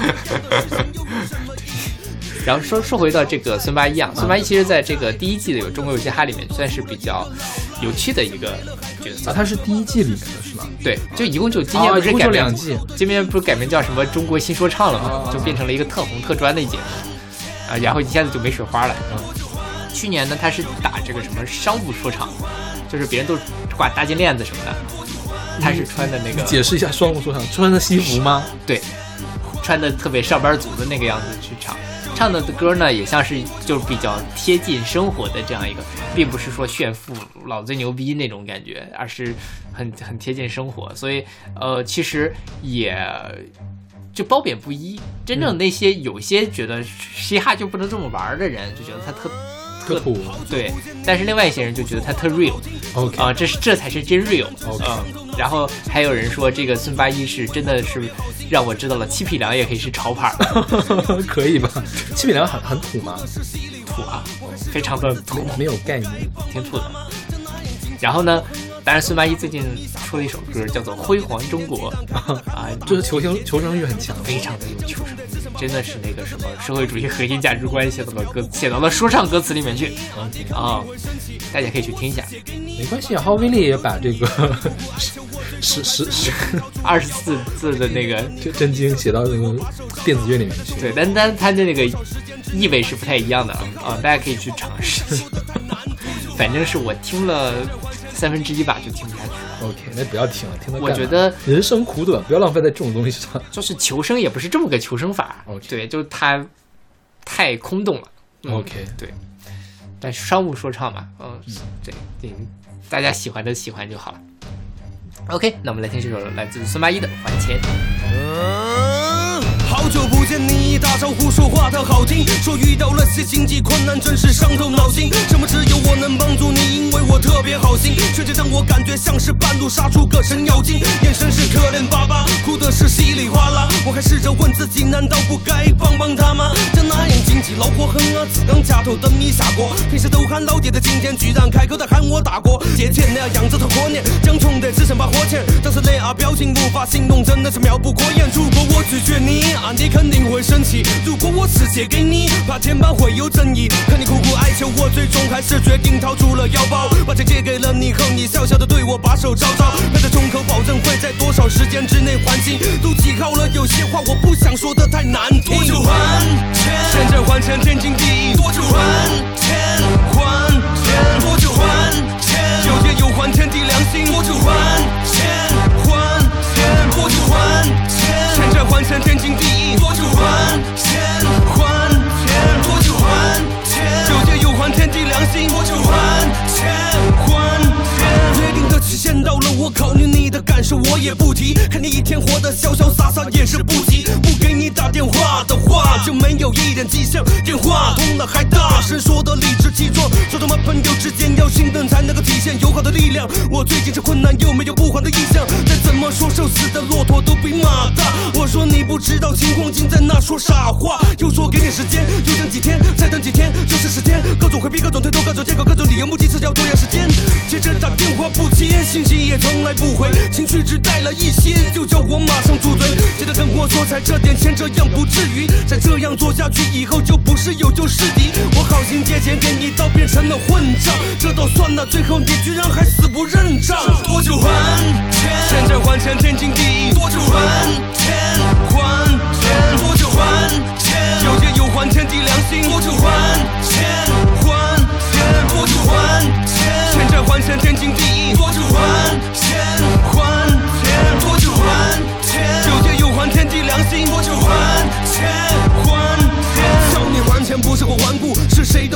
然后说说回到这个孙八一啊，孙八一其实在这个第一季的《有中国有嘻哈》里面算是比较有趣的一个角色。 啊，他是第一季里面的是吗？ 对，就一共就今年不是啊、 改名、 两季， 今年不是改名叫什么中国新说唱了吗？ 啊、 就变成了一个特红特专的节目啊，然后一下子就没水花了。嗯，去年呢，他是打这个什么商务说唱，就是别人都挂大金链子什么的，他是穿的那个。 解释一下商务说唱，穿的西服吗？ 对，穿的特别上班族的那个样子去唱。唱的歌呢，也像是就是比较贴近生活的这样一个，并不是说炫富老子牛逼那种感觉，而是很很贴近生活，所以呃，其实也就褒贬不一。真正那些有些觉得嘻哈就不能这么玩的人，就觉得他特特土， 对，但是另外一些人就觉得他特 real，OK 啊、呃，这是这才是真 real，OK、呃。然后还有人说这个孙八一是真的是让我知道了七匹狼也可以是潮牌， 可以吧？七匹狼很很土吗？ 土啊，非常的土， 没有概念， 挺土的。然后呢，当然孙八一最近出了一首歌叫做《辉煌中国》啊， 就是求生求生欲很强， 非常的有求生欲，真的是那个什么社会主义核心价值观写到了歌写到了说唱歌词里面去啊、嗯，大家可以去听一下。 没关系啊，浩威利也把这个十十十二十四字的那个真经写到那个电子乐里面去。 对，但但它的那个意味是不太一样的啊、嗯，大家可以去尝试一下。反正是我听了三分之一吧，就听不下去了。 OK， 那不要听了，听了。 我觉得人生苦短，不要浪费在这种东西上。 就是求生也不是这么个求生法。 OK， 对，就它太空洞了。 嗯、OK， 对。但是商务说唱嘛，嗯，对对，大家喜欢的喜欢就好了。OK， 那我们来听这首来自孙八一的《还钱》。 嗯，好久不见你，打招呼说话特好听，说遇到了些经济困难，真是伤透脑筋。什么只有我能帮助你，因为我特别好心，却让我感觉像是半路杀出个程咬金，眼神是可怜巴巴，哭的是稀里哗啦。我还试着问自己，难道不该帮帮他吗？这那样经济老火狠啊，自刚家头等你下锅，平时都喊老爹的，今天居然开口的喊我大哥。借钱那样子的过年，将穷的只剩把火钱，当时那啊表情无法形容，真的是妙不可言。如果我拒绝你啊，你肯定会生气；如果我是借给你，怕前半会有争议。可你苦苦哀求，我最终还是决定掏出了腰包，把钱借给了你后，你笑笑的对我把手招招，拍着胸口保证会在多少时间之内还清。都记好了，有些话我不想说的太难听。多久还钱？现在还钱天经地义。多久还钱？还钱。多久还钱？有业有还天地良心。多久还钱？还钱。多久还钱？现在还钱天经地义。多久还钱？还钱。多久还钱？有业有还天地良心。多久还钱？还钱。约定的期限到了，我考虑你的感受，我也不提。看你一天活得潇潇洒洒也是不急。不给你打电话的话，就没有一点迹象。电话通了还大声说的理直气壮，说他们朋友之间要信任才能够体现友好的力量。我最近是困难，又没有不还的意向。再怎么说，瘦死的骆驼都比马大。我说你不知道情况，竟在那说傻话。又说给点时间，又等几天，再等几天，就是时间。各种回避，各种推脱，各种借口，各种理由，目的是要拖延时间。接着打电话不接，信息也从来不回，情绪只带了一些，就叫我马上住嘴。记得跟我说才这点钱，这样不至于。再这样做下去，以后就不是友就是敌。我好心借钱给你，倒变成了混账，这都算了，最后你居然还死不认账。多久还钱？现在还钱天经地义。多久还钱？还钱。多久还钱？有业有还天地良心。多久还钱？还钱。多久还钱？现在还钱天经地义。多久还钱？还钱。多久还钱？有业有还天地良心。多久还钱？还钱。向你还钱不是我顽固，是谁都会有这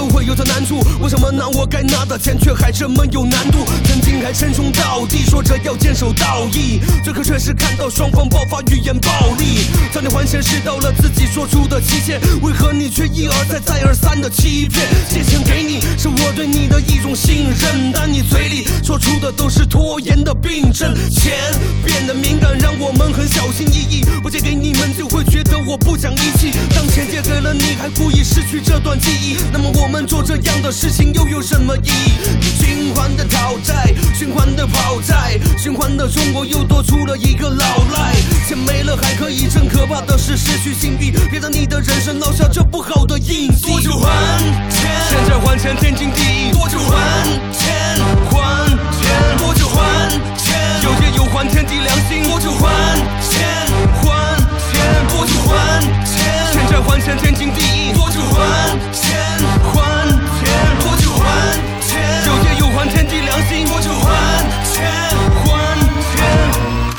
的难处？为什么拿我该拿的钱却还这么有难度？曾经还称兄道弟，说着要坚守道义，最可却是看到双方爆发语言暴力。早点还钱是到了自己说出的期限，为何你却一而再再而三的欺骗？借钱给你是我对你的一种信任，但你嘴里说出的都是拖延的病症。钱变得敏感，让我们很小心翼翼，不借给你们就会觉得我不讲义气。当钱借给了你，还故意失去这段记忆，那么我们做这样的事情又有什么意义？你循环的讨债，循环的跑债，循环的中国又多出了一个老赖。钱没了还可以，真可怕的是失去信誉，别让你的人生落下这不好的印记。多久还钱？现在还钱天经地义。多久还钱？还钱。多久还钱？有借有还，天地良心。多久还钱？还钱。多久还钱？现在还钱天经地义。多久还钱？还钱。多久还钱？有借有还，天地良心。多久还钱？还钱。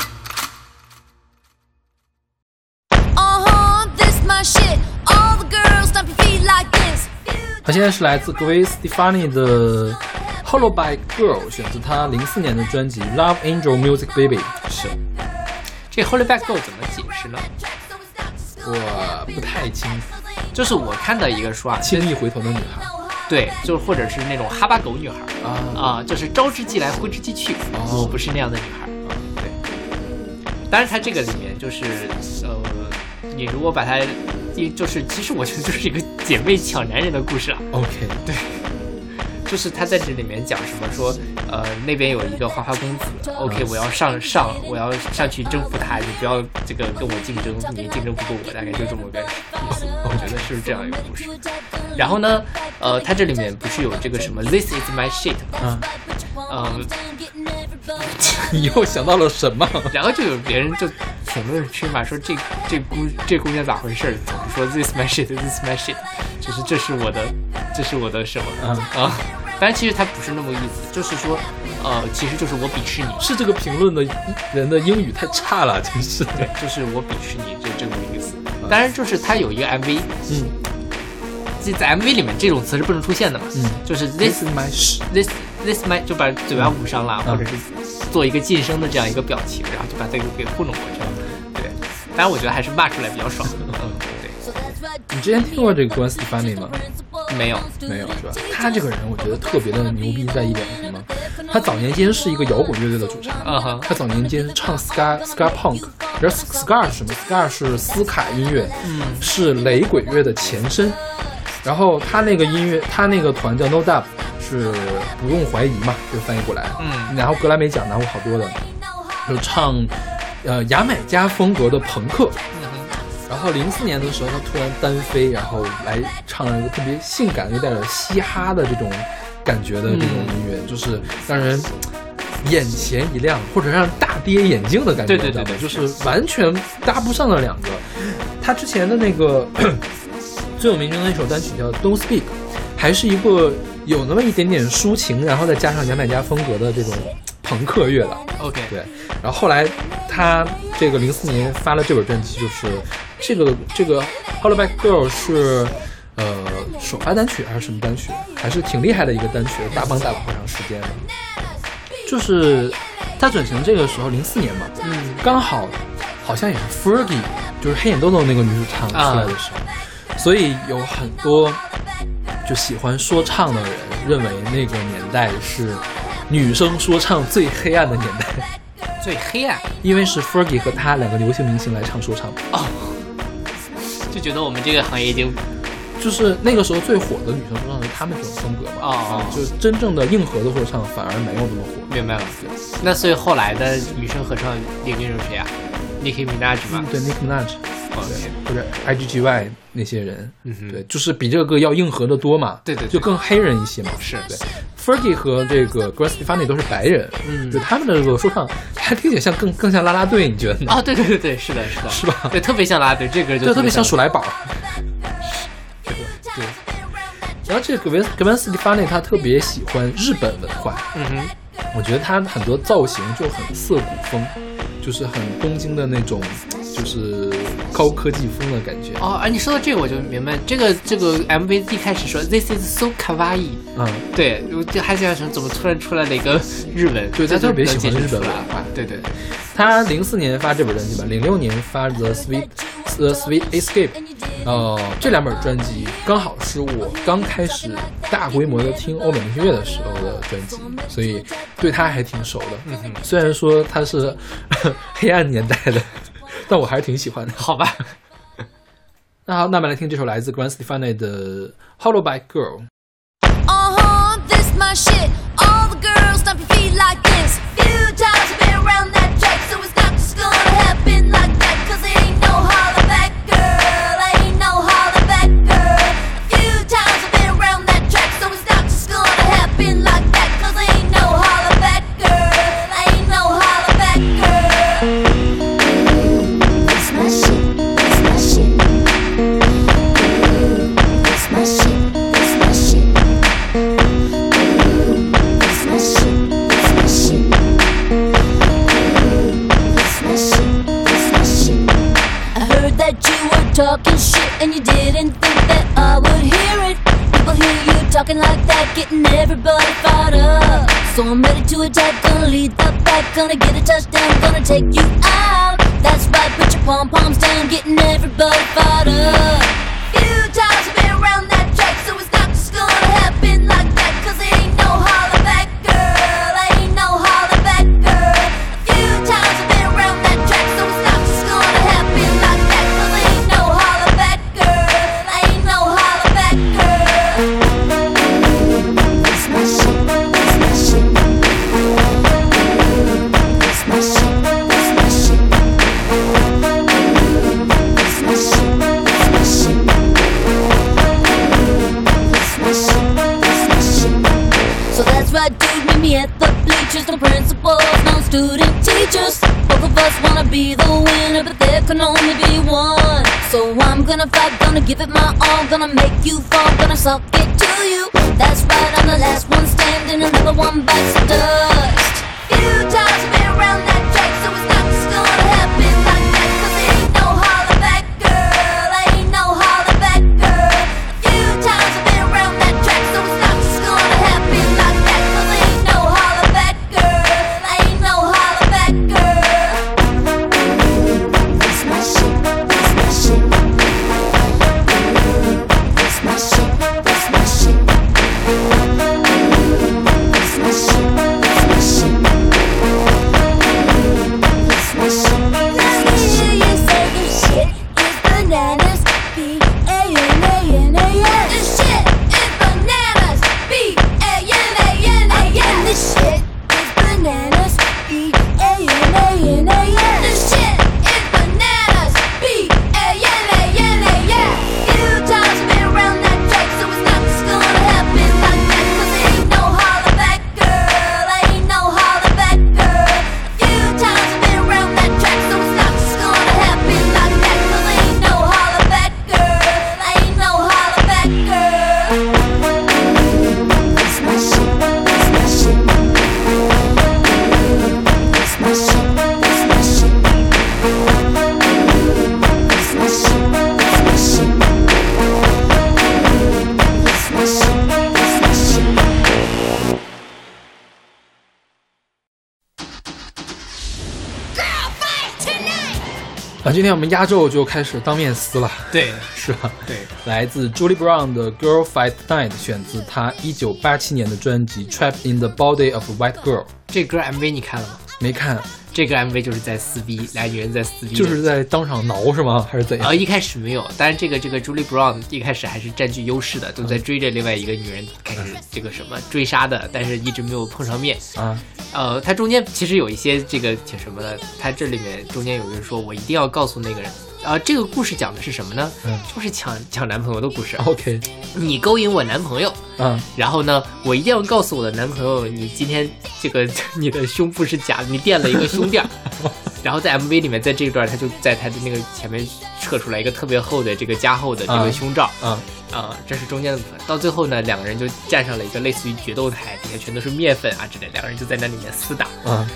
好，现在是来自格维斯蒂法尼的 Hollaback Girl， 选自他零四年的专辑 Love Angel Music Baby。 是这 Hollaback Girl 怎么解释呢？ 我不太清楚， 就是我看到一个说啊， 轻易回头的女孩， 对，就是或者是那种哈巴狗女孩啊啊，就是招之即来挥之即去， 哦我不是那样的女孩。对，当然它这个里面就是呃，你如果把它，就是其实我觉得就是一个姐妹抢男人的故事啊。 OK， 对，就是他在这里面讲什么说，呃，那边有一个花花公子 ，OK， 我要上上，我要上去征服他，你不要这个跟我竞争，你竞争不过我，大概就这么个意思。我觉得是这样一个故事。然后呢，呃，他这里面不是有这个什么 This is my shit 吗？嗯， 你又想到了什么？ 然后就有别人就评论区嘛，说这这姑这姑娘咋回事？总是说 This is my shit， This is my shit， 就是这是我的，这是我的什么嗯啊？但其实他不是那么意思，就是说，呃，其实就是我鄙视你， 是这个评论的人的英语太差了，真是。 对，就是我鄙视你，就这个意思。当然，就是他有一个 M V， 嗯， 在 M V 里面这种词是不能出现的嘛， 嗯， 就是 This is my sh this this my 就把嘴巴捂上了， 嗯、 或者是做一个晋升的这样一个表情，然后就把这个给糊弄过去了。对，当然我觉得还是骂出来比较爽。嗯，对。 你之前听过这个 Gwen Stefani 吗？ 没有， 没有是吧？他这个人我觉得特别的牛逼在一点是什么？他早年间是一个摇滚乐队的主唱， 嗯哼， 他早年间唱 ska ska punk， 然后 ska 是什么 ？ska 是斯卡音乐， 嗯， 是雷鬼乐的前身。然后他那个音乐，他那个团叫 No Doubt， 是不用怀疑嘛，就翻译过来。 嗯， 然后格莱美奖拿过好多的，就唱呃牙买加风格的朋克。然后零四年的时候，他突然单飞，然后来唱了一个特别性感、有点嘻哈的这种感觉的这种音乐，嗯、就是让人眼前一亮，或者让大跌眼镜的感觉。 对对对对， 就是完全搭不上的两个。他之前的那个最有名的那首单曲叫《Don't Speak》，还是一个有那么一点点抒情，然后再加上牙买加风格的这种朋克乐的。 OK， 对。然后后来他这个零四年发了这本专辑，就是这个这个 Hollaback Girl 是呃首发单曲还是什么单曲，还是挺厉害的一个单曲，大帮大了好长时间了。就是他转型这个时候零四年嘛，嗯，刚好好像也是 Fergie， 就是黑眼豆豆那个女主唱出来的时候，啊、所以有很多就喜欢说唱的人认为那个年代是女生说唱最黑暗的年代。 最黑暗， 因为是 Fergie 和他两个流行明星来唱说唱哦，就觉得我们这个行业已经就是那个时候最火的女生说唱是他们这种风格嘛， 哦哦， 就真正的硬核的说唱反而没有那么火。 明白了，那所以后来的女生合唱领军是谁啊 ？Nicki Minaj 嘛、 嗯，对 Nicki Minaj， 对， 或者 I G G Y 那些人， 嗯哼， 对，就是比这个要硬核的多嘛， 对 对, 对， 就更黑人一些嘛， 是对。Fergie 和这个 Gwen Stefani 都是白人， 嗯， 就他们的这个说唱还听起来像更更像啦啦队，你觉得呢？ 啊、哦，对对对对，是的，是的， 是吧？ 对，特别像啦啦队，这个就特别像鼠来宝。 对对。 然后这个 Gwen Stefani 他特别喜欢日本文化， 嗯哼， 我觉得他很多造型就很涩谷风，就是很东京的那种就是高科技风的感觉。 哦，啊，你说到这个我就明白，这个这个 M V 一开始说 This is so kawaii， 嗯，对，我就还想什么怎么突然出来了一个日文， 对，他特别喜欢日本文化。 对对对， 他零四年发这本专辑吧，零六年发 The Sweet The Sweet Escape， 呃，这两本专辑刚好是我刚开始大规模的听欧美音乐的时候的专辑，所以对他还挺熟的。嗯哼，虽然说他是呵呵黑暗年代的，但我还是挺喜欢的。 好吧。 那好，那我们来听这首来自 Gwen Stefani 的 Hollowback Girl。Uh-huh, this my shit. All the girls stomp your feet like this. Few times I've been around that track, so it's not just gonna happen like that. Cause it ain't no hollaback girl, ain't no hollaback girl. A few times I've been around that track, so it's not just gonna happen like that. Cause it ain't no hollaback girl, ain't no hollaback girl. This my shit, this my shit. This my shit, this my shit. This my shit, this my shit. This my shit, this my shit. I heard that you were talking shit and you didn't think that I would hear it. People hear you talking like that, getting everybody fired up. So I'm ready to attack, gonna lead the pack, gonna get a touchdown, gonna take you out. That's right, put your pom-poms down, getting everybody fired up. Few times I've been around that track, so it's not just gonna happen like that. Cause it ain't no hollaback girl, ain't no hollaback girl. A few times I've been around that track, so it's not just gonna happen like that. Cause it ain't no hollaback girl, ain't no hollaback girl. This my shit, this my shit. This my shit, this my shit. This my shit, this my shit. So that's right, dude, meet me at the bleachers. No principals, no student teachers. Both of us wanna be the winner, but there can only be one. So I'm gonna fight, gonna give it my all, gonna make you fall, gonna suck it to you. That's right, I'm the last one standing, another one bites the dust. Few times I've been around that track, so it's not just gonna happen like that. Cause it ain't no hollaback girl, ain't no hollaback girl. Few times I've been around that track, so it's not just gonna happen like that. Cause it ain't no hollaback girl, ain't no hollaback girl. This my shit, this my shit. This my shit, this my shit. This my shit, this my shit. This my shit. Let me hear you say this shit is bananas. B A N A N A S. This shit is bananas. B A N A N A S. This shit is bananas. B A N A N A S. This shit is bananas. B A N A N A S. Few times I've been around that track, so it's not just gonna happen like that. Cause it ain't no hollaback girl, ain't no hollaback girl. A few times I've been around that track, so it's not just gonna happen like that. Cause it ain't no hollaback girl, ain't no hollaback girl. This my shit, this my shit. This my shit, this my shit. This my shit, this my shit. This my shit, this my shit. 啊，今天我们压轴就开始当面撕了， 对， 是吧？ 对， 来自 Julie Brown 的 Girl Fight Night， 选自她一九八七年的专辑 Trapped in the Body of a White Girl。 这歌 M V 你看了吗？ 没看， 这个 M V 就是在撕逼，俩女人在撕逼， 就是在当场挠是吗？还是怎样？ 呃，一开始没有，但是这个这个 Julie Brown 一开始还是占据优势的，都在追着另外一个女人开始这个什么追杀的，但是一直没有碰上面啊。 呃，他中间其实有一些这个挺什么的，他这里面中间有人说我一定要告诉那个人。呃，这个故事讲的是什么呢？嗯，就是抢抢男朋友的故事。 OK， 你勾引我男朋友， 嗯， 然后呢，我一定要告诉我的男朋友，你今天这个你的胸部是假的，你垫了一个胸垫。然后在 M V 里面，在这一段，他就在他的那个前面撤出来一个特别厚的这个加厚的这个胸罩， 嗯啊、呃，这是中间的部分。到最后呢，两个人就站上了一个类似于决斗台，底下全都是面粉啊之类，两个人就在那里面厮打。 嗯。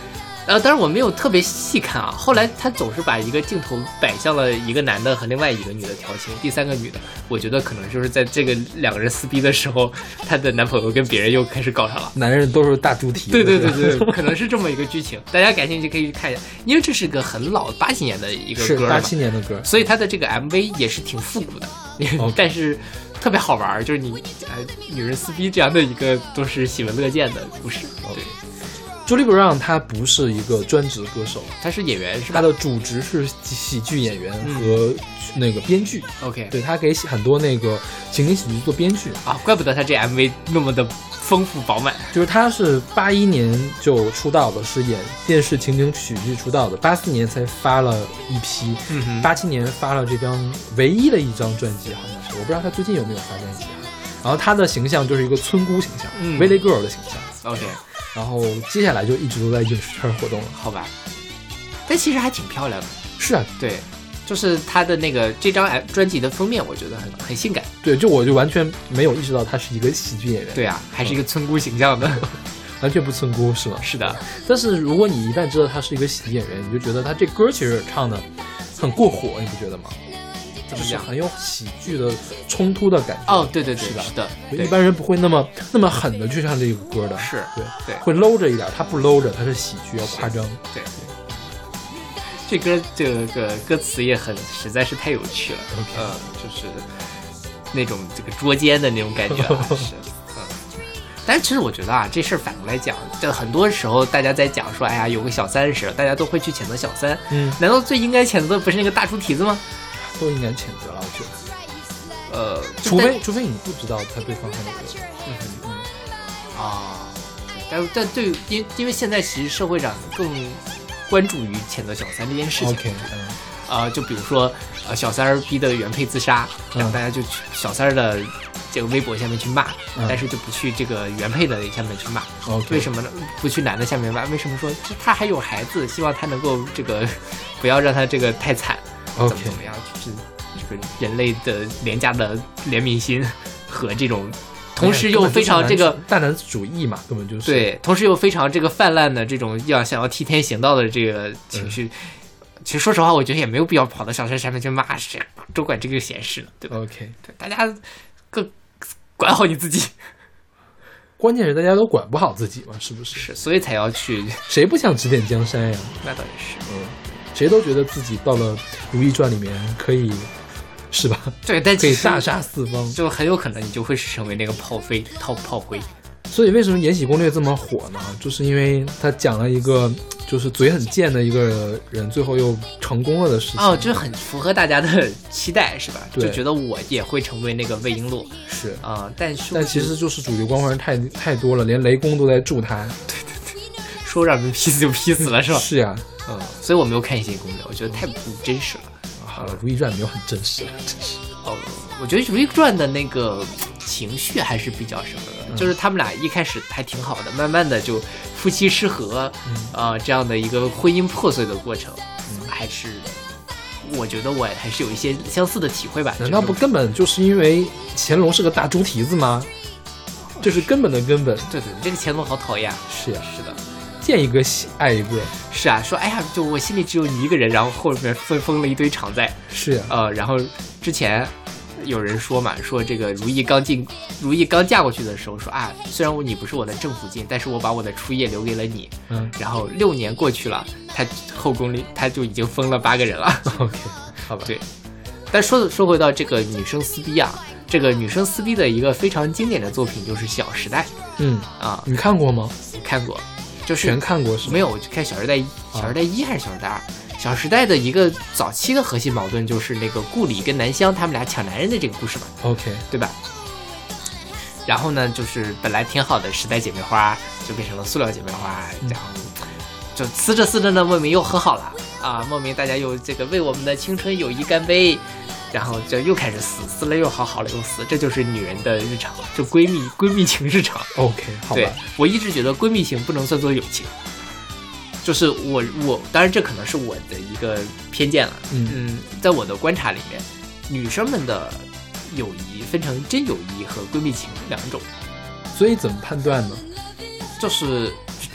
呃，当然我没有特别细看啊。后来他总是把一个镜头摆向了一个男的和另外一个女的调情，第三个女的，我觉得可能就是在这个两个人撕逼的时候，她的男朋友跟别人又开始搞上了。 男人都是大猪蹄。 对对对对，可能是这么一个剧情，大家感兴趣可以去看一下，因为这是个很老八几年的一个歌， 是八七年的歌， 所以他的这个 M V 也是挺复古的， okay. 但是特别好玩，就是你呃女人撕逼这样的一个都是喜闻乐见的故事。对。 Julie Brown 她不是一个专职歌手， 她是演员，是吧？ 她的主职是喜剧演员和那个编剧。 嗯、OK， 对，她给很多那个情景喜剧做编剧啊，怪不得她这 M V 那么的丰富饱满。 就是她是八一年就出道的，是演电视情景喜剧出道的，八四年才发了一批，八七、嗯、年发了这张唯一的一张专辑，好像是，我不知道她最近有没有发专辑啊。然后她的形象就是一个村姑形象，嗯 Valley Girl 的形象。 OK。 然后接下来就一直都在影视圈活动了， 好吧？但其实还挺漂亮的。 是啊， 对，就是她的那个这张专辑的封面，我觉得很很性感。 对，就我就完全没有意识到她是一个喜剧演员。 对啊，还是一个村姑形象的，嗯、 完全不村姑是吗？ 是的。 但是如果你一旦知道她是一个喜剧演员，你就觉得她这歌其实唱的很过火，你不觉得吗？怎么讲？很有喜剧的冲突的感觉。 哦，对对对， 是吧？ 是的， 一般人不会那么那么狠的去唱这个歌的。 是， 对对， 会搂着一点，他不搂着，他是喜剧，要夸张。 对，这歌这个歌词也很，实在是太有趣了。 Okay. 呃，就是那种这个捉奸的那种感觉啊，是。嗯，但是其实我觉得啊，这事儿反过来讲，就很多时候大家在讲说，哎呀，有个小三时，大家都会去谴责小三。 嗯， 难道最应该谴责的不是那个大猪蹄子吗？ 都应该谴责了，我觉得。 呃， 除非除非你不知道他对方还有个， 嗯嗯啊，但但对，因因为现在其实社会上更关注于谴责小三这件事情。 OK， 嗯， 呃，就比如说呃小三儿逼的原配自杀，然后大家就去小三儿的这个微博下面去骂，嗯、但是就不去这个原配的下面去骂。 OK， 为什么呢？不去男的下面骂？为什么说他还有孩子，希望他能够这个不要让他这个太惨。 Okay. 怎么怎么样？就是这个人类的廉价的怜悯心和这种，同时又非常这个大男子主义嘛，根本就是对，同时又非常这个泛滥的这种要想要替天行道的这个情绪。嗯、其实说实话，我觉得也没有必要跑到小三上面去骂谁，都管这个闲事了，对吧 ？OK， 对，大家更管好你自己。 关键是大家都管不好自己嘛，是不是？ 是，所以才要去。 谁不想指点江山呀？ 那倒也是， 嗯。谁都觉得自己到了《如懿传》里面可以，是吧？ 对，但可以大杀四方， 就很有可能你就会成为那个炮灰、炮炮灰。 所以为什么《延禧攻略》这么火呢？就是因为他讲了一个就是嘴很贱的一个人，最后又成功了的事情。 哦，这很符合大家的期待，是吧？ 对， 就觉得我也会成为那个魏璎珞。 是啊、呃，但是但其实就是主角光环太太多了，连雷公都在助他。 对对对，说让人劈死就劈死了，是吧？ 是呀。 嗯，所以我没有看《延禧攻略》，我觉得太不真实了。 好了，《如懿传》没有很真实，真是。 哦，我觉得《如懿传》的那个情绪还是比较什么的，嗯、就是他们俩一开始还挺好的，慢慢的就夫妻失和，啊、嗯呃，这样的一个婚姻破碎的过程，嗯、还是我觉得我还是有一些相似的体会吧。 难道不根本就是因为乾隆是个大猪蹄子吗？这是根本的根本。 对对，这个乾隆好讨厌。 是呀， 是的。 见一个爱一个， 是啊，说哎呀，就我心里只有你一个人，然后后面分封了一堆常在， 是呀、 啊，呃，然后之前有人说嘛，说这个如懿刚进，如懿刚嫁过去的时候说啊，虽然我你不是我的正福晋，但是我把我的初夜留给了你， 嗯， 然后六年过去了，他后宫里他就已经封了八个人了 ，OK， 好吧， 对，但说说回到这个女生撕逼啊，这个女生撕逼的一个非常经典的作品就是《小时代》， 嗯啊， 你看过吗？ 看过。就是全看过是吗？ 没有，我就看《小时代》，《小时代一》还是《小时代二》？《小时代》的一个早期的核心矛盾就是那个顾里跟南湘他们俩抢男人的这个故事嘛 ，OK， 对吧？然后呢，就是本来挺好的时代姐妹花，就变成了塑料姐妹花， 嗯、 然后就撕着撕着呢，莫名又和好了啊！莫名大家又这个为我们的青春友谊干杯。然后就又开始撕，撕了又好，好了又撕，这就是女人的日常，就闺蜜闺蜜情日常。 OK， 好吧。 对，我一直觉得闺蜜情不能算作友情，就是我我当然这可能是我的一个偏见了。 嗯嗯，在我的观察里面，女生们的友谊分成真友谊和闺蜜情两种。 所以怎么判断呢？ 就是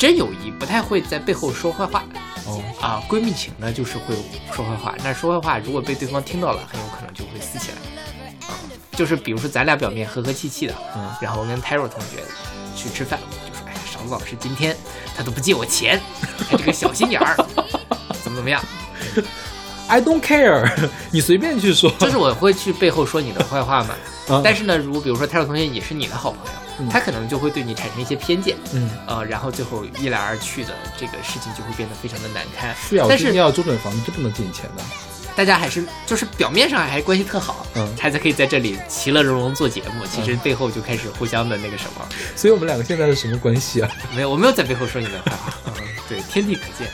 真友谊不太会在背后说坏话。 哦啊，闺蜜情呢就是会说坏话，那说坏话如果被对方听到了，很有可能就会撕起来。啊，就是比如说咱俩表面和和气气的， 嗯， 然后我跟 Taro 同学去吃饭，就说哎呀，勺子老师今天他都不借我钱，还这个小心眼儿，怎么怎么样。 I don't care， 你随便去说。 就是我会去背后说你的坏话嘛。 啊、 但是呢，如果比如说 Taro 同学也是你的好朋友， 嗯、 他可能就会对你产生一些偏见， 嗯， 呃，然后最后一来二去的这个事情就会变得非常的难堪。 是呀， 但是我今天要周转房，这不能借你钱的。 大家还是就是表面上还关系特好， 嗯， 才才可以在这里其乐融融做节目，其实背后就开始互相的那个什么。 所以我们两个现在是什么关系啊？ 没有，我没有在背后说你的坏话。嗯，对，天地可见。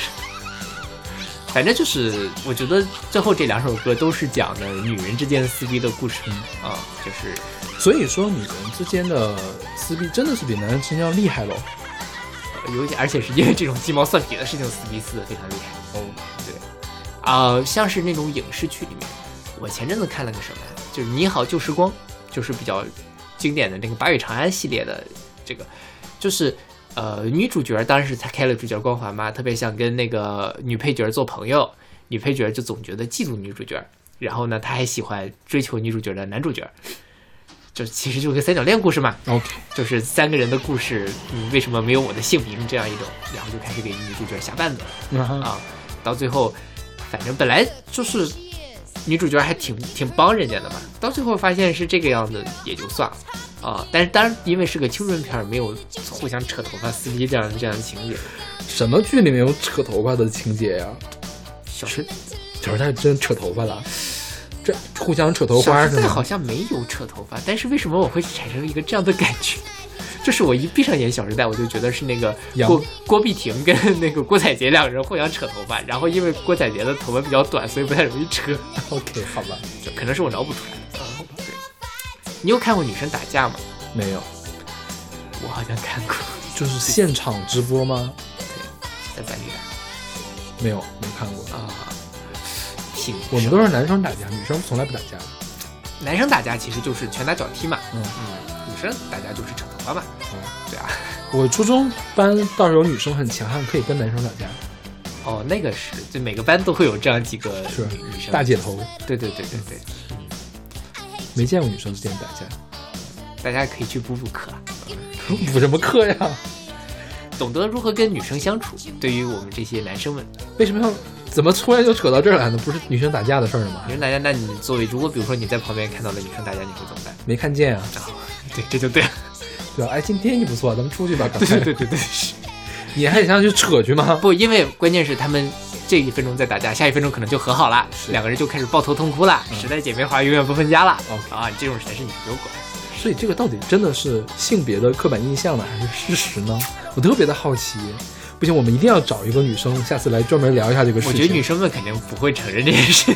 反正就是，我觉得最后这两首歌都是讲的女人之间撕逼的故事啊、嗯，就是， 所以说女人之间的撕逼真的是比男人之间要厉害喽， 呃、尤其而且是因为这种鸡毛蒜皮的事情撕逼撕的非常厉害哦。对，啊、呃，像是那种影视剧里面，我前阵子看了个什么，就是《你好旧时光》，就是比较经典的那个八月长安系列的这个，就是。呃，女主角当然是她开了主角光环嘛，特别想跟那个女配角做朋友，女配角就总觉得嫉妒女主角，然后呢，她还喜欢追求女主角的男主角，就其实就是个三角恋故事嘛。 OK， 就是三个人的故事，嗯，为什么没有我的姓名这样一种，然后就开始给女主角下绊子、 uh-huh. 啊，到最后，反正本来就是女主角还挺挺帮人家的嘛，到最后发现是这个样子也就算了。啊，但是当然，因为是个青春片，没有互相扯头发、撕逼这样这样的情节。 什么剧里面有扯头发的情节呀、啊？ 小时， 小时代真扯头发了，这互相扯头发是吗？ 小时代好像没有扯头发，但是为什么我会产生一个这样的感觉？就是我一闭上眼，《小时代》我就觉得是那个郭郭碧婷跟那个郭采洁两个人互相扯头发，然后因为郭采洁的头发比较短，所以不太容易扯。 OK， 好吧， 可能是我脑补出来的。你有看过女生打架吗？ 没有， 我好像看过， 就是现场直播吗？ 对，在班里打。 没有，没看过啊。挺， 我们都是男生打架，女生从来不打架的。 男生打架其实就是拳打脚踢嘛， 嗯嗯，女生打架就是扯头发嘛。 嗯， 对啊。 我初中班倒是有女生很强悍，可以跟男生打架。 哦，那个是，就每个班都会有这样几个是女生大姐头。 对对对对对。 没见过女生之间打架， 大家可以去补补课。 补什么课呀？ 懂得如何跟女生相处，对于我们这些男生们， 为什么要怎么突然就扯到这儿来呢？不是女生打架的事儿吗？ 女生打架，那你作为如果比如说你在旁边看到了女生打架，你会怎么办？ 没看见啊。 哦、对，这就对了。 对啊，哎，今天天气不错，咱们出去吧。 对对对对对， 你还想去扯去吗？ 不，因为关键是他们。这一分钟在打架，下一分钟可能就和好了，两个人就开始抱头痛哭了，嗯、时代姐妹花永远不分家了。 Okay. 啊，这种才是你有管。 所以这个到底真的是性别的刻板印象呢，还是事实呢？我特别的好奇。不行，我们一定要找一个女生，下次来专门聊一下这个事情。 我觉得女生们肯定不会承认这件事。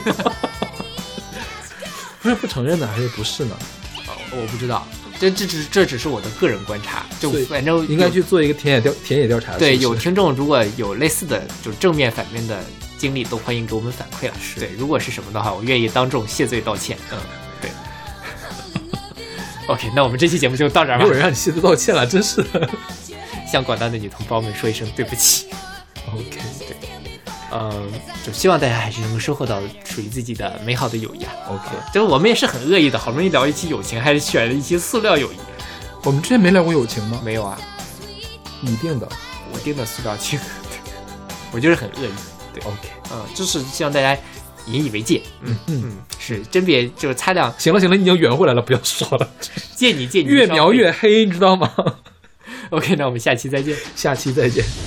不是不承认呢，还是不是呢？ 哦，我不知道。这这只这只是我的个人观察，就反正应该去做一个田野调田野调查。 对， 是是有听众如果有类似的就正面反面的经历，都欢迎给我们反馈了。对，如果是什么的话，我愿意当众谢罪道歉。嗯，对。OK， 那我们这期节目就到这儿吧。 没有人让你谢罪道歉了，真是的。 向广大的女同胞们说一声对不起。 OK， 对。呃，就希望大家还是能够收获到属于自己的美好的友谊啊。 OK， 就是我们也是很恶意的，好不容易聊一期友情，还是选了一期塑料友谊。 我们之前没聊过友情吗？ 没有啊， 你定的， 我定的塑料情，我就是很恶意。对 ，OK， 嗯，就是希望大家引以为戒。 嗯嗯， 是真别就是擦亮。 行了行了，你已经圆回来了，不要说了。 借你借你， 越描越黑，你知道吗 ？OK， 那我们下期再见， 下期再见。